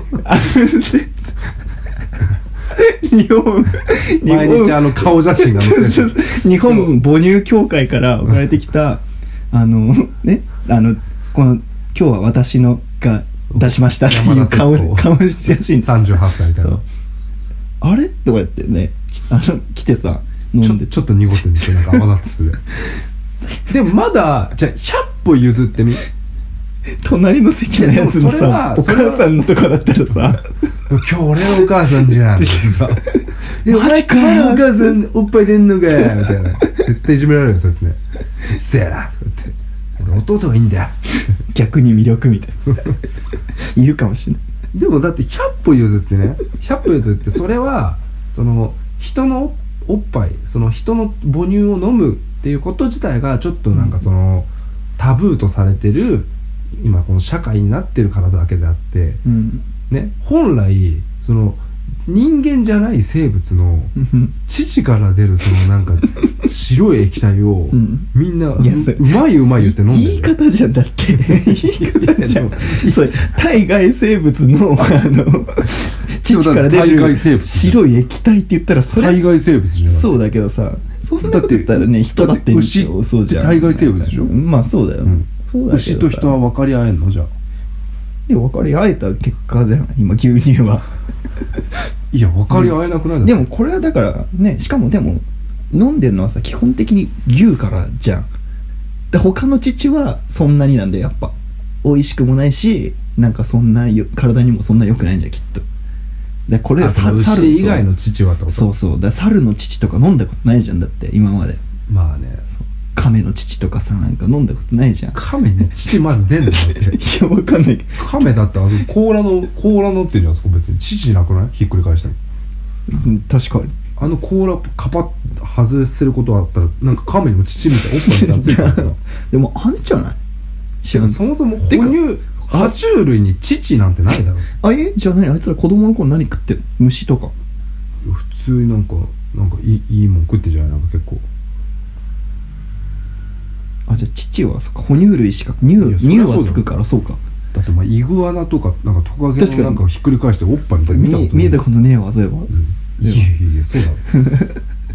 S2: 日本
S1: 毎日顔写真が載ってる
S2: 日本母乳協会から送られてきたねこの今日は私のが出しましたっていう顔写真
S1: 38歳みたいな。
S2: あれとかやってね来てさ飲んで
S1: ちょっと濁ってるんですよなんか泡立つでもまだじゃあ100歩譲ってみ。
S2: 隣の席のやつのさお母さんのとかだったらさ
S1: 今日俺のお母さんじゃんってさ
S2: マジか
S1: お母さんおっぱい出んのかよみたいな絶対いじめられるよそいつね。うっせえなとか言って俺弟はいいんだよ
S2: 逆に魅力みたいないるかもしれない。
S1: でもだって100歩譲ってね100歩譲ってそれはその人のおっぱいその人の母乳を飲むっていうこと自体がちょっとなんかそのタブーとされてる今この社会になってるからだけであって、ね、本来その人間じゃない生物の乳から出るそのなんか白い液体をみんなうまいうまい言って飲んでる。
S2: 言い方じゃんだって言い方じゃんそれ体外生物の乳から出る白い液体って言ったらそれ
S1: 体外生物じゃん。
S2: そうだけどさそんなこと言ったらね人だって
S1: 牛って体外生物でしょ。
S2: まあそうだよ、
S1: 牛と人は分かり合えんのじゃあ。
S2: で分かり合えた結果じゃない今牛乳は。
S1: いや分かり合えなくない？
S2: でもこれはだからねしかもでも飲んでるのはさ基本的に牛からじゃん。で他の乳はそんなになんでやっぱ美味しくもないしなんかそんな体にもそんな良くないんじゃんきっと。でこれ
S1: 猿以外の乳はってこと？
S2: そうそうだ猿の乳とか飲んだことないじゃんだって今まで。
S1: まあね
S2: そう亀の乳とかさなんか飲んだことないじゃん。
S1: 亀ね乳まず出んのってい
S2: やわかんないけど
S1: 亀だって甲羅のっていうじゃんそこ別に乳なくない？ひっくり返した
S2: の。確かに
S1: 甲羅カパッ外せることあったらなんか亀にも乳みたいなおっぱいみたいなついてるから
S2: でもあんじゃない？
S1: そもそも哺乳爬虫類に乳なんてないだろ。
S2: じゃあ何あいつら子供の頃何食ってる？虫とか
S1: 普通になんかいいもん食ってんじゃないなんか結構。
S2: じゃあ乳はそっか哺乳類しか乳はつくからそうか。
S1: だってイグアナとかなんかトカゲのなんかひっくり返しておっぱいみたいな見たことない。
S2: 見えたことねえわそういえば。
S1: いやそうだ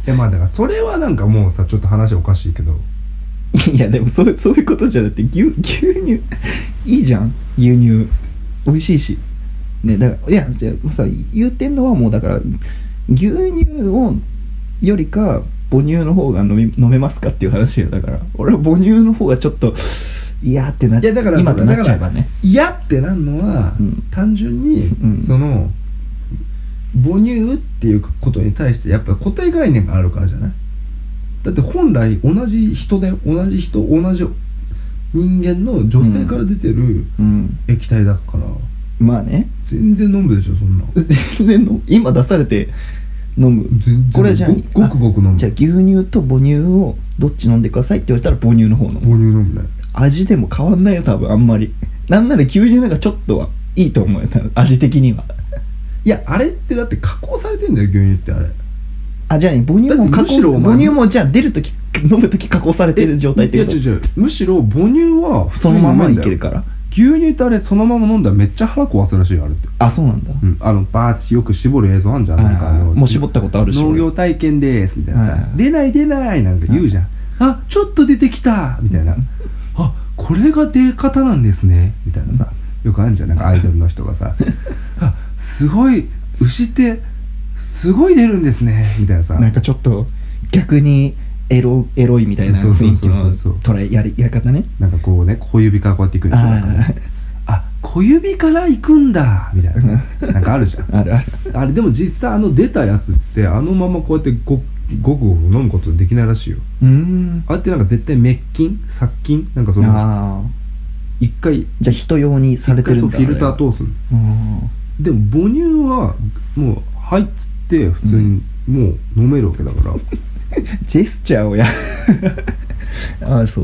S1: やまあだからそれはなんかもうさちょっと話おかしいけど、
S2: いやでもそういうことじゃなくて牛乳いいじゃん、牛乳美味しいしね。だからいやさ言うてんのはもうだから牛乳をよりか母乳の方が飲めますかっていう話よ。だから俺は母乳の方がちょっと嫌ってなっちゃう。今となっちゃえばね
S1: 嫌ってなるのは、単純に、その母乳っていうことに対してやっぱり固定概念があるからじゃない。だって本来同じ人同じ人間の女性から出てる液体だから、
S2: まあね
S1: 全然飲むでしょそんな。
S2: 全然今出されて飲む。これじゃあ
S1: ごくごく飲む。
S2: じゃあ牛乳と母乳をどっち飲んでくださいって言われたら母乳の方飲む。
S1: 母乳飲むね。
S2: 味でも変わんないよ多分あんまり。なんなら牛乳なんかちょっとはいいと思うよ味的には。
S1: いやあれってだって加工されてんだよ牛乳ってあれ。
S2: あじゃあね母乳も加工母乳もじゃあ出るとき飲むとき加工されてる状態ってこと。
S1: いや違うむしろ母乳は普通
S2: そのままいけるから。
S1: 牛乳ってあれそのまま飲んだらめっちゃ腹壊すらしいよあれって。
S2: あそうなんだ、
S1: バーッてよく絞る映像あるじゃん、なんか
S2: もう絞ったことあるし
S1: 農業体験ですみたいなさ、出ないなんて言うじゃん、あちょっと出てきたみたいなあこれが出方なんですねみたいなさ、よくあるじゃんなんかアイドルの人がさあすごい牛ってすごい出るんですねみたいなさ、
S2: なんかちょっと逆にエロいみたいな雰囲気のやり方ね。
S1: なんかこうね小指からこうやっていくんでしょ。あ小指から行くんだみたいななんかあるじゃんあれでも実際出たやつってままこうやってごくごく飲むことできないらしいよ。あれってなんか絶対滅菌殺菌なんかその一回
S2: じゃあ人用にされてるんだ。
S1: フィルター通す。でも母乳はもうはいっつって普通にもう飲めるわけだから
S2: ジェスチャーをやあそう、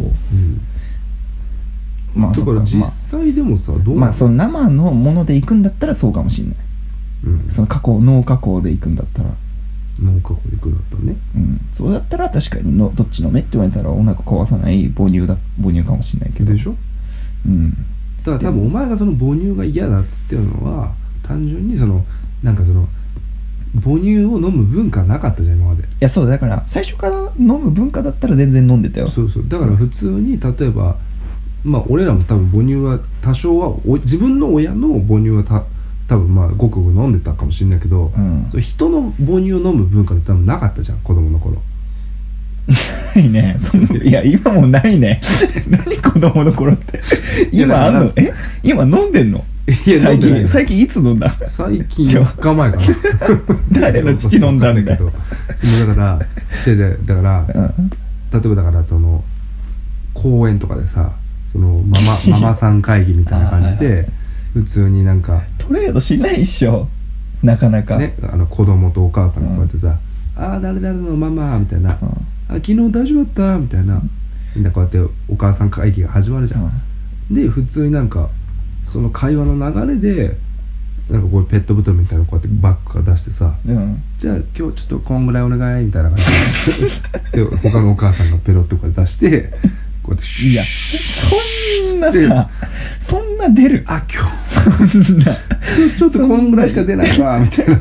S2: まあ
S1: だから実際でもさどう
S2: まあその生のものでいくんだったらそうかもしれない、そのノー加工でいくんだったら
S1: ノー加工でいくんだったらね、
S2: そうだったら確かにどっち飲めって言われたらお腹壊さない母乳かもしれないけど
S1: でしょ。だから多分お前がその母乳が嫌だっつってるのは単純にそのなんかその母乳を飲む文化なかったじゃん今まで。い
S2: やそうだから最初から飲む文化だったら全然飲んでたよ。
S1: そうだから普通に例えばまあ俺らも多分母乳は多少は自分の親の母乳は多分まあごくごく飲んでたかもしれないけど、それ人の母乳を飲む文化って多分なかったじゃん子供の頃。
S2: ないね。いや今もないね何子供の頃って今あんの？今飲んでんの？いや最近いつ飲んだ？
S1: 最近4日前かな
S2: 誰の父飲んだんだよ。
S1: だから例えばだからその公園とかでさそのママさん会議みたいな感じで普通になんか
S2: トレードしないっしょなかなか
S1: ね、子供とお母さんがこうやってさあ誰々のママみたいな、あ昨日大丈夫だったみたいな、みんなこうやってお母さん会議が始まるじゃん、で普通になんかその会話の流れでなんかこうペットボトルみたいなのこうやってバッグから出してさ、じゃあ今日ちょっとこんぐらいお願いみたいな感じで他のお母さんがペロッとこう出してこうやってシュッ
S2: いやそんなさそんな出る
S1: あ今日そんなちょっとこんぐらいしか出ないわみたいな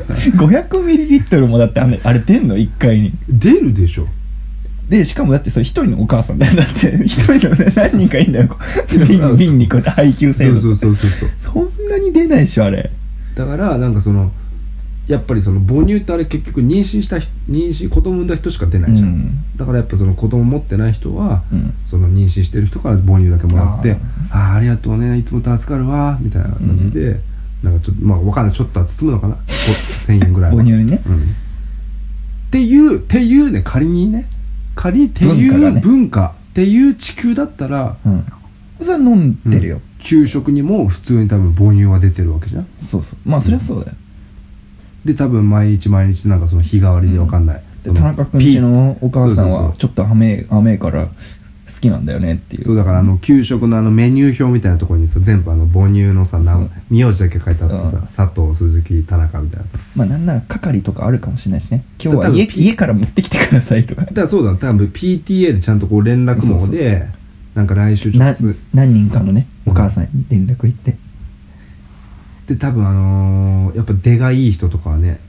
S2: 500ml もだってあれ出んの1回に
S1: 出るでしょ。
S2: でしかもだってそれ一人のお母さんだよ。だって一人の何人かいいんだよ瓶にこうやって配給せるの。そうそんなに出ないでしょあれ。
S1: だからなんかそのやっぱりその母乳ってあれ結局子供産んだ人しか出ないじゃん、だからやっぱその子供持ってない人は、その妊娠してる人から母乳だけもらってありがとうねいつも助かるわみたいな感じで、なんかちょっとまあ分かんないちょっとは包むのかな1000円ぐらいは
S2: 母乳にね、
S1: っていうね仮にっていう文化っていう地球だったら、
S2: それは飲んでるよ、
S1: 給食にも普通に多分母乳は出てるわけじゃん。
S2: そうまあそりゃそうだよ、
S1: で多分毎日なんかその日替わりで分かんない、
S2: 田中君ちのお母さんはちょっと甘えから好きなんだよねっていう。
S1: そうだから給食のメニュー表みたいなところにさ全部母乳のさ名字だけ書いてあってさ、佐藤鈴木田中みたいなさ、
S2: まあなんなら係とかあるかもしれないしね、今日は家から持ってきてくださいとか。
S1: だからそうだ多分 PTA でちゃんとこう連絡網でなんか来週ちょっと
S2: 何人かのねお母さんに連絡行って、
S1: で多分やっぱ出がいい人とかはね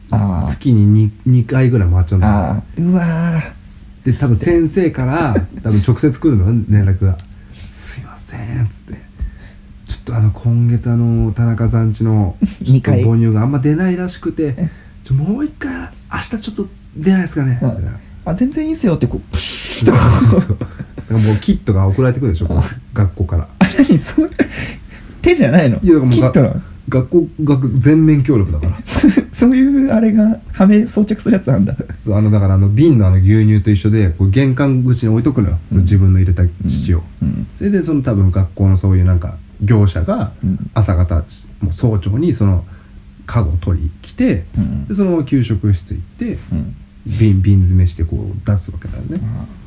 S1: 月に 2回ぐらい回っちゃうんだ
S2: うわ
S1: で多分先生から多分直接来るの連絡がすいませんっつってちょっと今月田中さんちの
S2: 2回
S1: 母乳があんま出ないらしくてもう1回明日ちょっと出ないですかねみたいな
S2: 全然いいっすよってこう
S1: そうもうキットが送られてくるでしょ学校から
S2: 何それ手じゃないの？
S1: いやだからもう
S2: キットなの？
S1: 学全面協力だから
S2: そういうあれがはめ装着するやつなんだ。
S1: そうだから瓶の牛乳と一緒でこう玄関口に置いとくのよ、自分の入れた乳を、それでその多分学校のそういうなんか業者が朝方もう早朝にそのカゴを取り来て、でそのまま給食室行って、瓶詰めしてこう出すわけだよね、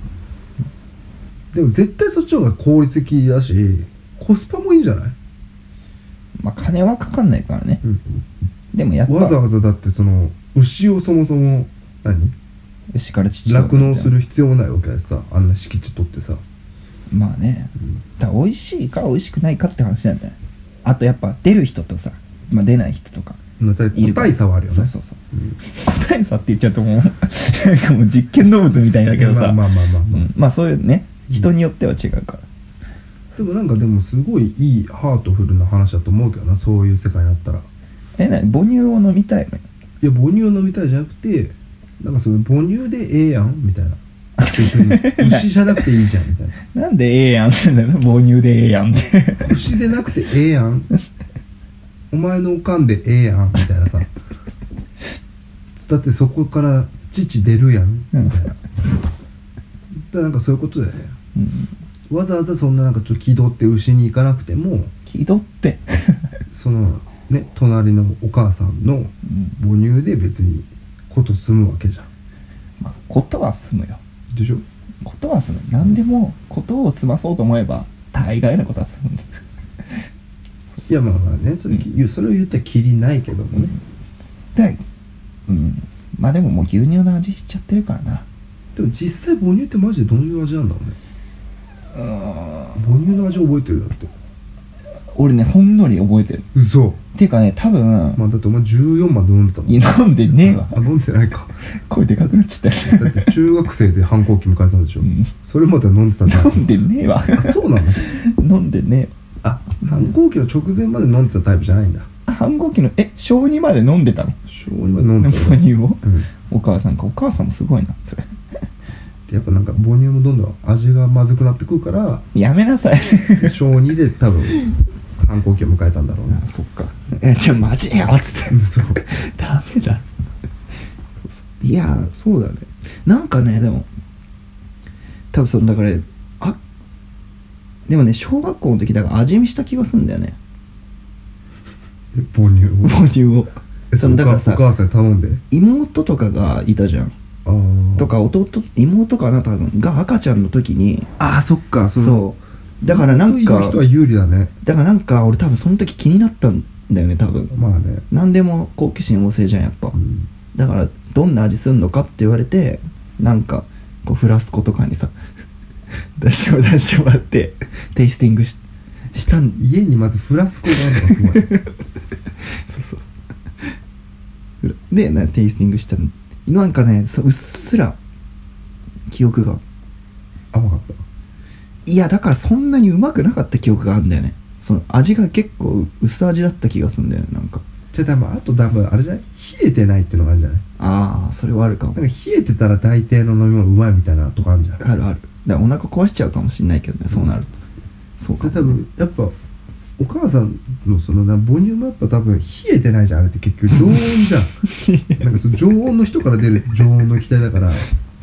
S1: でも絶対そっちの方が効率的だしコスパもいいんじゃない？
S2: 金はかかんないからね、でもやっぱ
S1: わざわざだってその牛をそもそも
S2: 牛から乳
S1: 酪農する必要もないわけでさ、あんな敷地取ってさ
S2: まあね、だから美味しいか美味しくないかって話なんだよ。あとやっぱ出る人とさ、出ない人とか
S1: 個体差はあるよね。
S2: そう、個体差って言っちゃうともうなんかもう実験動物みたいだけどさ、まあそういうね人によっては違うから、
S1: でもでもすごいいいハートフルな話だと思うけどな、そういう世界になったら。
S2: 母乳を飲みたいの？
S1: いや母乳を飲みたいじゃなくてそういう母乳でええやんみたいな牛じゃなくていいじゃんみたいな
S2: なんでええやんって言うんだよ、母乳でええやんって
S1: 牛でなくてええやんお前のおかんでええやんみたいなさだってそこから乳出るやんみたいなだそういうことだよね、わざわざそんなちょっと気取って牛に行かなくても
S2: 気取って
S1: そのね隣のお母さんの母乳で別にこと済むわけじゃん、
S2: ことは済むよ
S1: でしょ。
S2: ことは済む。何でもことを済まそうと思えば大概のことは済むんだ
S1: いやまあねそれを言ったらきりないけどもね、
S2: でももう牛乳の味しちゃってるからな。
S1: でも実際母乳ってマジでどういう味なんだろうね。母乳の味覚えてるだって。
S2: 俺ねほんのり覚えてる。
S1: 嘘。
S2: っていうかね多分
S1: だってお前14まで飲んでたもん。
S2: 飲んでねえわ。
S1: 飲んでないか。
S2: 声でかくなっちゃった
S1: だって中学生で反抗期迎えたんでしょ、それまでは飲んでたんだ。
S2: 飲んでねえわ。
S1: そうなの？
S2: 飲んでねえわ。
S1: 反抗期の直前まで飲んでたタイプじゃないんだ。
S2: 反抗期の小2まで飲んでたの？
S1: 小2まで飲んでた
S2: 母乳を、お母さんもすごいなそれ
S1: やっぱ母乳もどんどん味がまずくなってくるから
S2: やめなさい
S1: 小2で多分反抗期を迎えたんだろうな。
S2: そっか。じゃあマジやっつって
S1: そう
S2: ダメだ。いやそうだね。でも多分だからでもね小学校の時だから味見した気がするんだよね、
S1: 母乳を
S2: だからさ
S1: お母さんに頼んで
S2: 妹とかがいたじゃんとか妹かな多分が赤ちゃんの時に
S1: そっか
S2: そうだから
S1: 人は有利だね。
S2: だから俺多分その時気になったんだよね多分。何でも好奇心旺盛じゃんやっぱ、だからどんな味するのかって言われてこうフラスコとかにさ出してもらってテイスティングしたん。
S1: 家にまずフラスコがあるのがすごい
S2: そうでテイスティングしたのうっすら記憶が
S1: 甘かった。
S2: いやだからそんなにうまくなかった記憶があるんだよね。その味が結構薄味だった気がするんだよね
S1: じゃあ多分あれじゃない、冷えてないっていうのがあるじゃない。
S2: それはあるかも。
S1: 冷えてたら大抵の飲み物うまいみたいなとこあるじゃん。
S2: あるだからお腹壊しちゃうかもしれないけどね、そうなると。そうか、
S1: で多分やっぱお母さんの母乳もやっぱ多分冷えてないじゃん、あれって結局常温じゃんその常温の人から出る常温の気体だからだ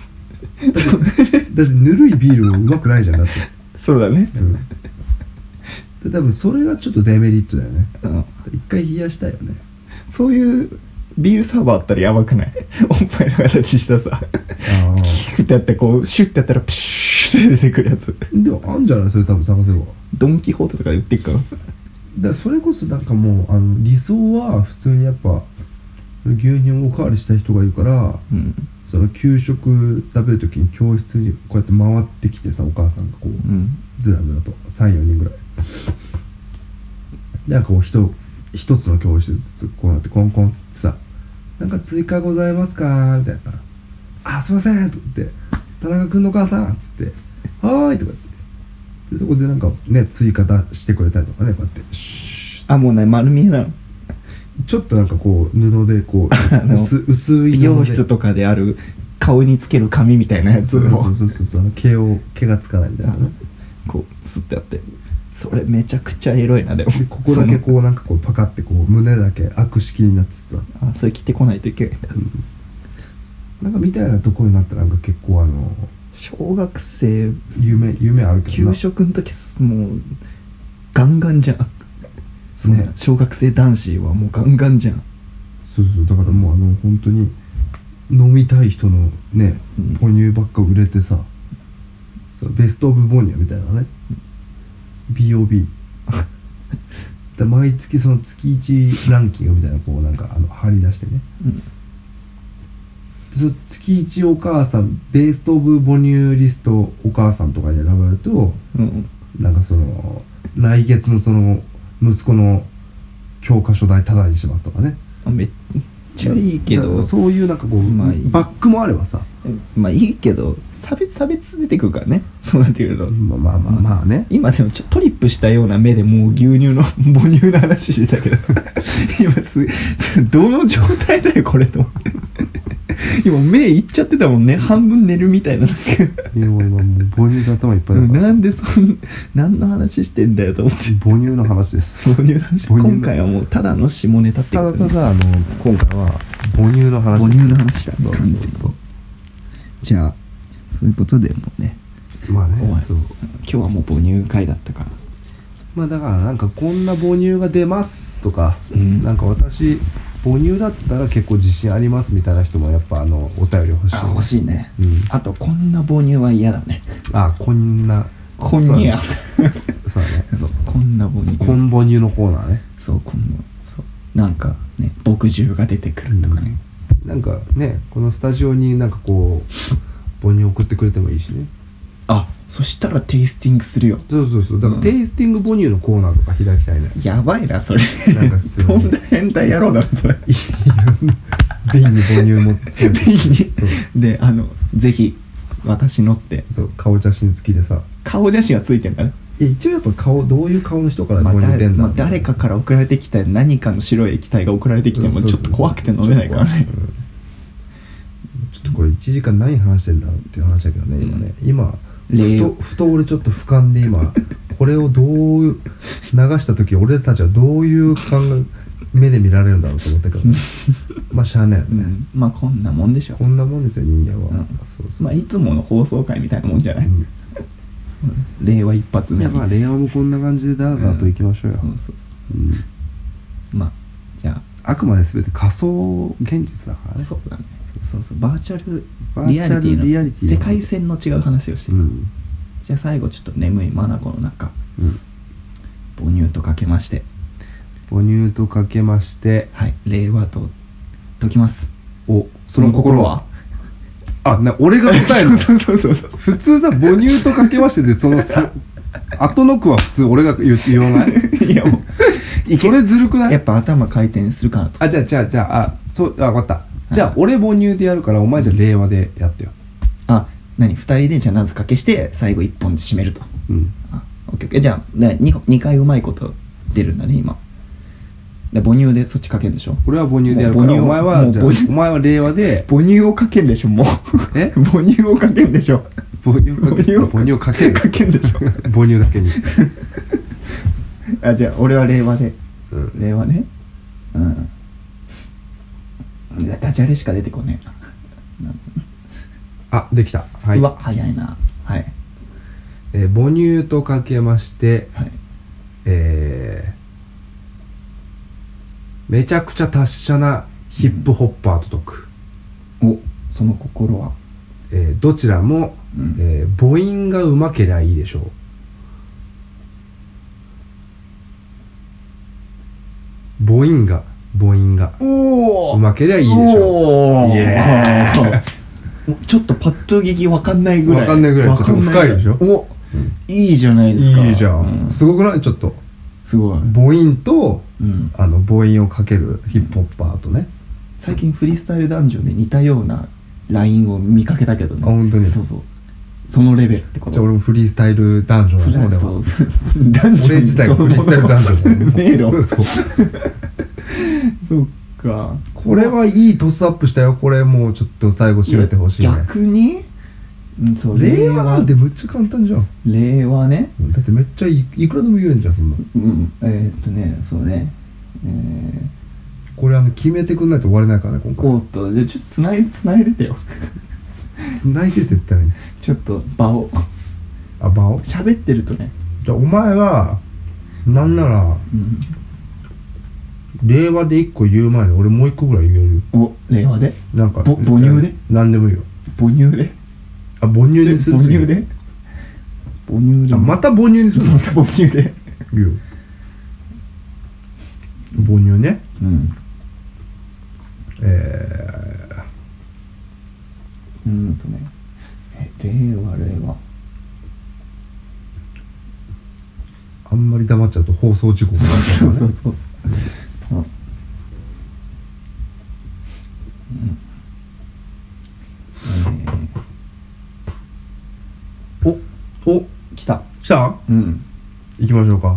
S1: ってぬるいビールもうまくないじゃんだって。
S2: そうだね、
S1: で多分それがちょっとデメリットだよね。一回冷やしたいよね。
S2: そういうビールサーバーあったらやばくない？おっぱいの形したさキュッてやってこうシュッてやったらプシュッて出てくるやつ。
S1: でもあんじゃない？それ多分探せば
S2: ドンキホーテとかで売ってっから
S1: それこそもう理想は普通にやっぱ牛乳をおかわりしたい人がいるから、その給食食べるときに教室にこうやって回ってきてさ、お母さんがこう、ずらずらと 3,4 人ぐらいこう一つの教室ずつこうやってコンコンつってさなんか追加ございますかみたいな、あすいませんとか言って、田中君のお母さんっつって、はーいとか言って、でそこでなんかね追加してくれたりとかね、こうやってシュッ、
S2: あもうね丸見えなの、
S1: ちょっとなんかこう布でこう薄い
S2: 美容室とかである顔につける紙みたいなやつを
S1: そう毛がつかないみたいなね、
S2: こうスッてやって、それめちゃくちゃエロいな。でも
S1: でここだけこうなんかこうパカってこう胸だけ握式になってさ、
S2: あそれ着てこないといけないんだ、
S1: なんかみたいなところになったらなんか結構
S2: 小学生
S1: 夢あるけどな、
S2: 給食の時もうガンガンじゃん、そね、小学生男子はもうガンガンじゃん。
S1: そうだからもう本当に飲みたい人のね、母乳ばっか売れてさ、そのベストオブ母乳みたいなね、BOB だ毎月その月1ランキングみたいなこうなんか貼り出してね、その月1お母さんベストオブ母乳リストお母さんとかに選ばれると、なんかその来月のその息子の教科書代タダにしますとかね、
S2: めっちゃいいけど、
S1: そういうなんかこう、バックもあればさ、
S2: まあいいけど差別出てくるからね、そうなってくると、
S1: まあね、
S2: 今でもちょっとトリップしたような目でもう牛乳の母乳の話してたけど今どの状態だよこれと思って今目いっちゃってたもんね、半分寝るみたいな。
S1: 今もう母乳で頭いっぱいだから、
S2: なんで何の話してんだよと思って。
S1: 母乳の話です。
S2: 母乳の話。今回はもうただの下ネタってことね。
S1: ただ今回は母乳の話です。
S2: 母乳の話だね、
S1: そう
S2: 完全に。じゃあそういうことでもうね、
S1: まあね、そう
S2: 今日はもう母乳会だったから、
S1: まあだからなんかこんな母乳が出ますとか、なんか私母乳だったら結構自信ありますみたいな人もやっぱお便り欲しい、ね、
S2: 欲しいね、あとこんな母乳は嫌だね。
S1: こんな
S2: こんにゃ
S1: そうだね
S2: そうこんな母乳、
S1: こん母乳のコーナーね、
S2: そうなんかね牧汁が出てくるとかね、
S1: なんかねこのスタジオになんかこう母乳送ってくれてもいいしね。
S2: そしたらテイスティングするよ。
S1: そうだからテイスティング母乳のコーナーとか開きたいね。
S2: やばいなそれ。
S1: なんか
S2: そんな変態野郎だろそれ。
S1: 瓶に母乳持って
S2: 瓶にでぜひ私のって
S1: 顔写真付きでさ、
S2: 顔写真はついてんだね。
S1: 一応やっぱどういう顔の人から母乳出んだ、
S2: 誰かから送られてきた何かの白い液体が送られてきてもちょっと怖くて飲めないからね。
S1: ちょっとこれ1時間何話してんだろうっていう話だけどね、今ふと俺ちょっと俯瞰で今これをどう流した時俺たちはどういう目で見られるんだろうと思ったけど、まあしゃあないよね、
S2: まあこんなもんでしょ。
S1: こんなもんですよ人間は、
S2: まあいつもの放送回みたいなもんじゃない、令和一発目に。
S1: いやまあ令和もこんな感じでダラダラといきましょうよ。
S2: まあじゃ
S1: あくまで全て仮想現実だからね。
S2: そうだね。そうバーチャルリアリティの世界線の違う話をしてる、じゃあ最後ちょっと眠い眼の中、母乳とかけましてはい令和と解きます。
S1: その心は俺が答えるの
S2: そう
S1: 普通さ母乳とかけましてでその後の句は普通俺が言わないいやもうそれずるくない？
S2: やっぱ頭回転するかなと。
S1: じゃあ分かった、じゃあ俺母乳でやるからお前じゃ令和でやってよ。
S2: 2人でじゃあなずかけして最後1本で締めると。オッケー。じゃあ 2回うまいこと出るんだね今。母乳でそっちかけるんでしょ。
S1: 俺は母乳でやるからお前は令和で
S2: 母乳をかけんでしょ。もう母乳をかけんでしょ。
S1: 母乳をかけ
S2: んでしょ。
S1: 母乳だけに
S2: じゃあ俺は令和で、令和ね。ダジャレしか出てこね
S1: えな。できた。
S2: うわ早いな。
S1: 母乳とかけまして、めちゃくちゃ達者なヒップホッパーと解く。
S2: その心は、
S1: どちらも、母音がうまけりゃいいでしょう。母音がうまけりゃいいでしょう。ち
S2: ょっとパッと聞き分かんないぐらい
S1: ちょっと深いでしょ。
S2: いいじゃないですか。
S1: いいじゃん、すごくない？ちょっと
S2: すごい。
S1: 母音と、母音をかけるヒップホッパーとね、
S2: 最近フリースタイルダンジョンで似たようなラインを見かけたけどね。
S1: 本当に。
S2: そうそう、そのレベルってこと。
S1: じゃあ俺もフリースタイルダンジョンだね。俺は
S2: ダンジョン
S1: 俺自体がフリースタイルダンジョンだね。
S2: 迷路
S1: そう
S2: そうか。
S1: これはいいトスアップしたよ。これもうちょっと最後締めてほしいね。
S2: 逆にそう
S1: 令和なんてむっちゃ簡単じゃん。
S2: 令和ね。
S1: だってめっちゃ いくらでも言えるんじゃんそんな。
S2: そうね、
S1: これ決めてくんないと終われないからね今回。
S2: おっと、じゃあちょっとつないでてよ。
S1: つないでてって言ったらいい。
S2: ちょっと場を喋ってるとね。
S1: じゃあお前はなんなら、令和で1個言う前に俺もう1個ぐらい言える。
S2: お、令和で
S1: なんか
S2: 母乳で
S1: なんでもいいよ。
S2: 母乳で
S1: 母乳にする。
S2: 母乳で
S1: また母乳にする。
S2: また母乳で
S1: いいよ。母乳ね。
S2: 令和
S1: あんまり黙っちゃうと放送事故になっちゃうからね。
S2: そうお来た。
S1: 行きましょうか。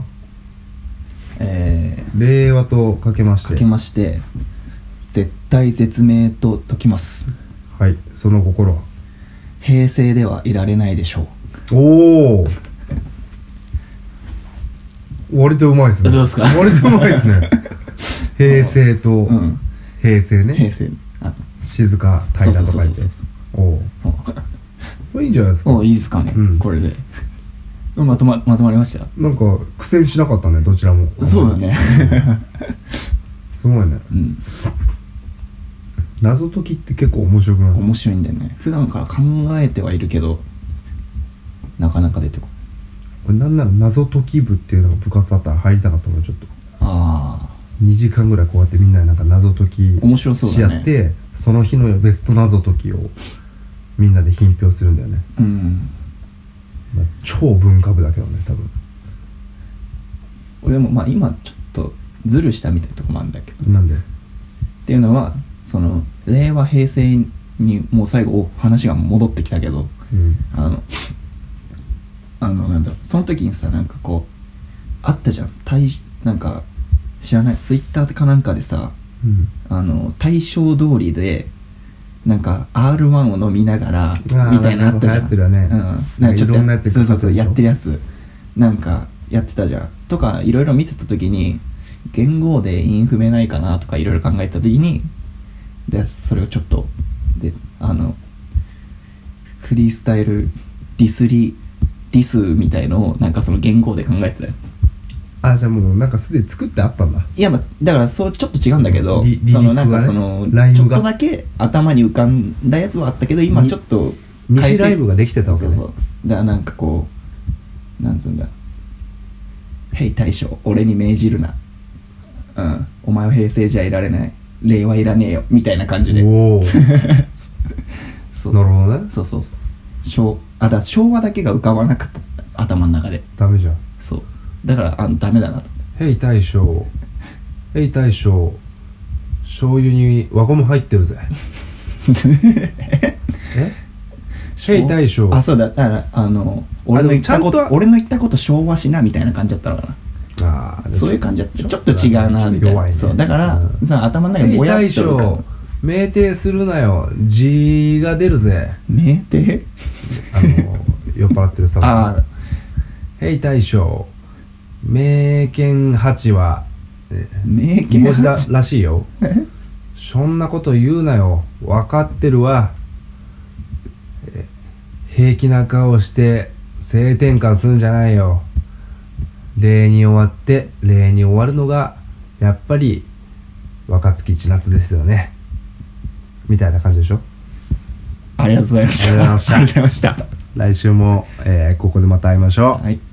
S1: 令和とかけまして
S2: 絶対絶命と解きます。
S1: はい、その心は
S2: 平成ではいられないでしょ
S1: う。おお割とうまいですね。
S2: どうですか。
S1: 割とうまいですね。平成と平成ね。
S2: 平成、
S1: 静か平らと書いて。おおこれいいんじゃないですか。
S2: いいですかね、これでまとまりました。
S1: なんか苦戦しなかったねどちらも。
S2: そうだね。
S1: すごいね。謎解きって結構面白くない？
S2: 面白いんだよね。普段から考えてはいるけどなかなか出てこない。
S1: これなんなら謎解き部っていうのが部活あったら入りたかったのちょっと。2時間ぐらいこうやってみんなでなんか謎解き
S2: 面白そうだね。
S1: し合って、その日のベスト謎解きをみんなで品評するんだよね。超文化部だけどね多分。
S2: 俺も今ちょっとズルしたみたいなとこもあるんだけど。
S1: なんで
S2: っていうのはその令和平成にもう最後話が戻ってきたけど、なんだろう、その時にさなんかこうあったじゃん。なんか知らないツイッターかなんかでさ、大正通りでなんか R1 を飲みながらみたいなあったじゃん。
S1: 流行ってるよね。
S2: なんかちょっと
S1: いろんなやつ
S2: そうやってるやつなんかやってたじゃんとかいろいろ見てた時に元号で韻踏めないかなとかいろいろ考えた時にでそれをちょっとでフリースタイルディスみたいのをなんかその元号で考えてたよ。
S1: じゃあもうなんかすでに作ってあったんだ。
S2: いやだからそうちょっと違うんだけど、そのなんかそのちょっとだけ頭に浮かんだやつはあったけど今ちょっと
S1: 西ライブができてたわけね。
S2: そうだからなんかこうなんつうんだ、へい大将俺に命じるな、お前は平成じゃいられない、令和いらねえよみたいな感じで。
S1: おおなるほどね。
S2: 昭和だけが浮かばなかった頭の中で。
S1: ダメじゃん。
S2: そうだからダメだなと。
S1: へい大将醤油に輪ゴム入ってるぜ。へい大将
S2: そうだから俺の言ったこと昭和しなみたいな感じだったのかな。そういう感じだった。ちょっと違うなみたいな。そうだからさ頭の中にぼやっとるから。
S1: 酩酊するなよ、字が出るぜ。
S2: 酩酊
S1: 酔っ払ってるさ。へい大将名犬八は
S2: 名
S1: 犬文字だらしいよ。そんなこと言うなよ、分かってるわ。平気な顔して性転換するんじゃないよ。礼に終わって礼に終わるのがやっぱり若槻千夏ですよねみたいな感じでしょ。
S2: ありがとうございました。
S1: 来週も、ここでまた会いましょう。
S2: はい。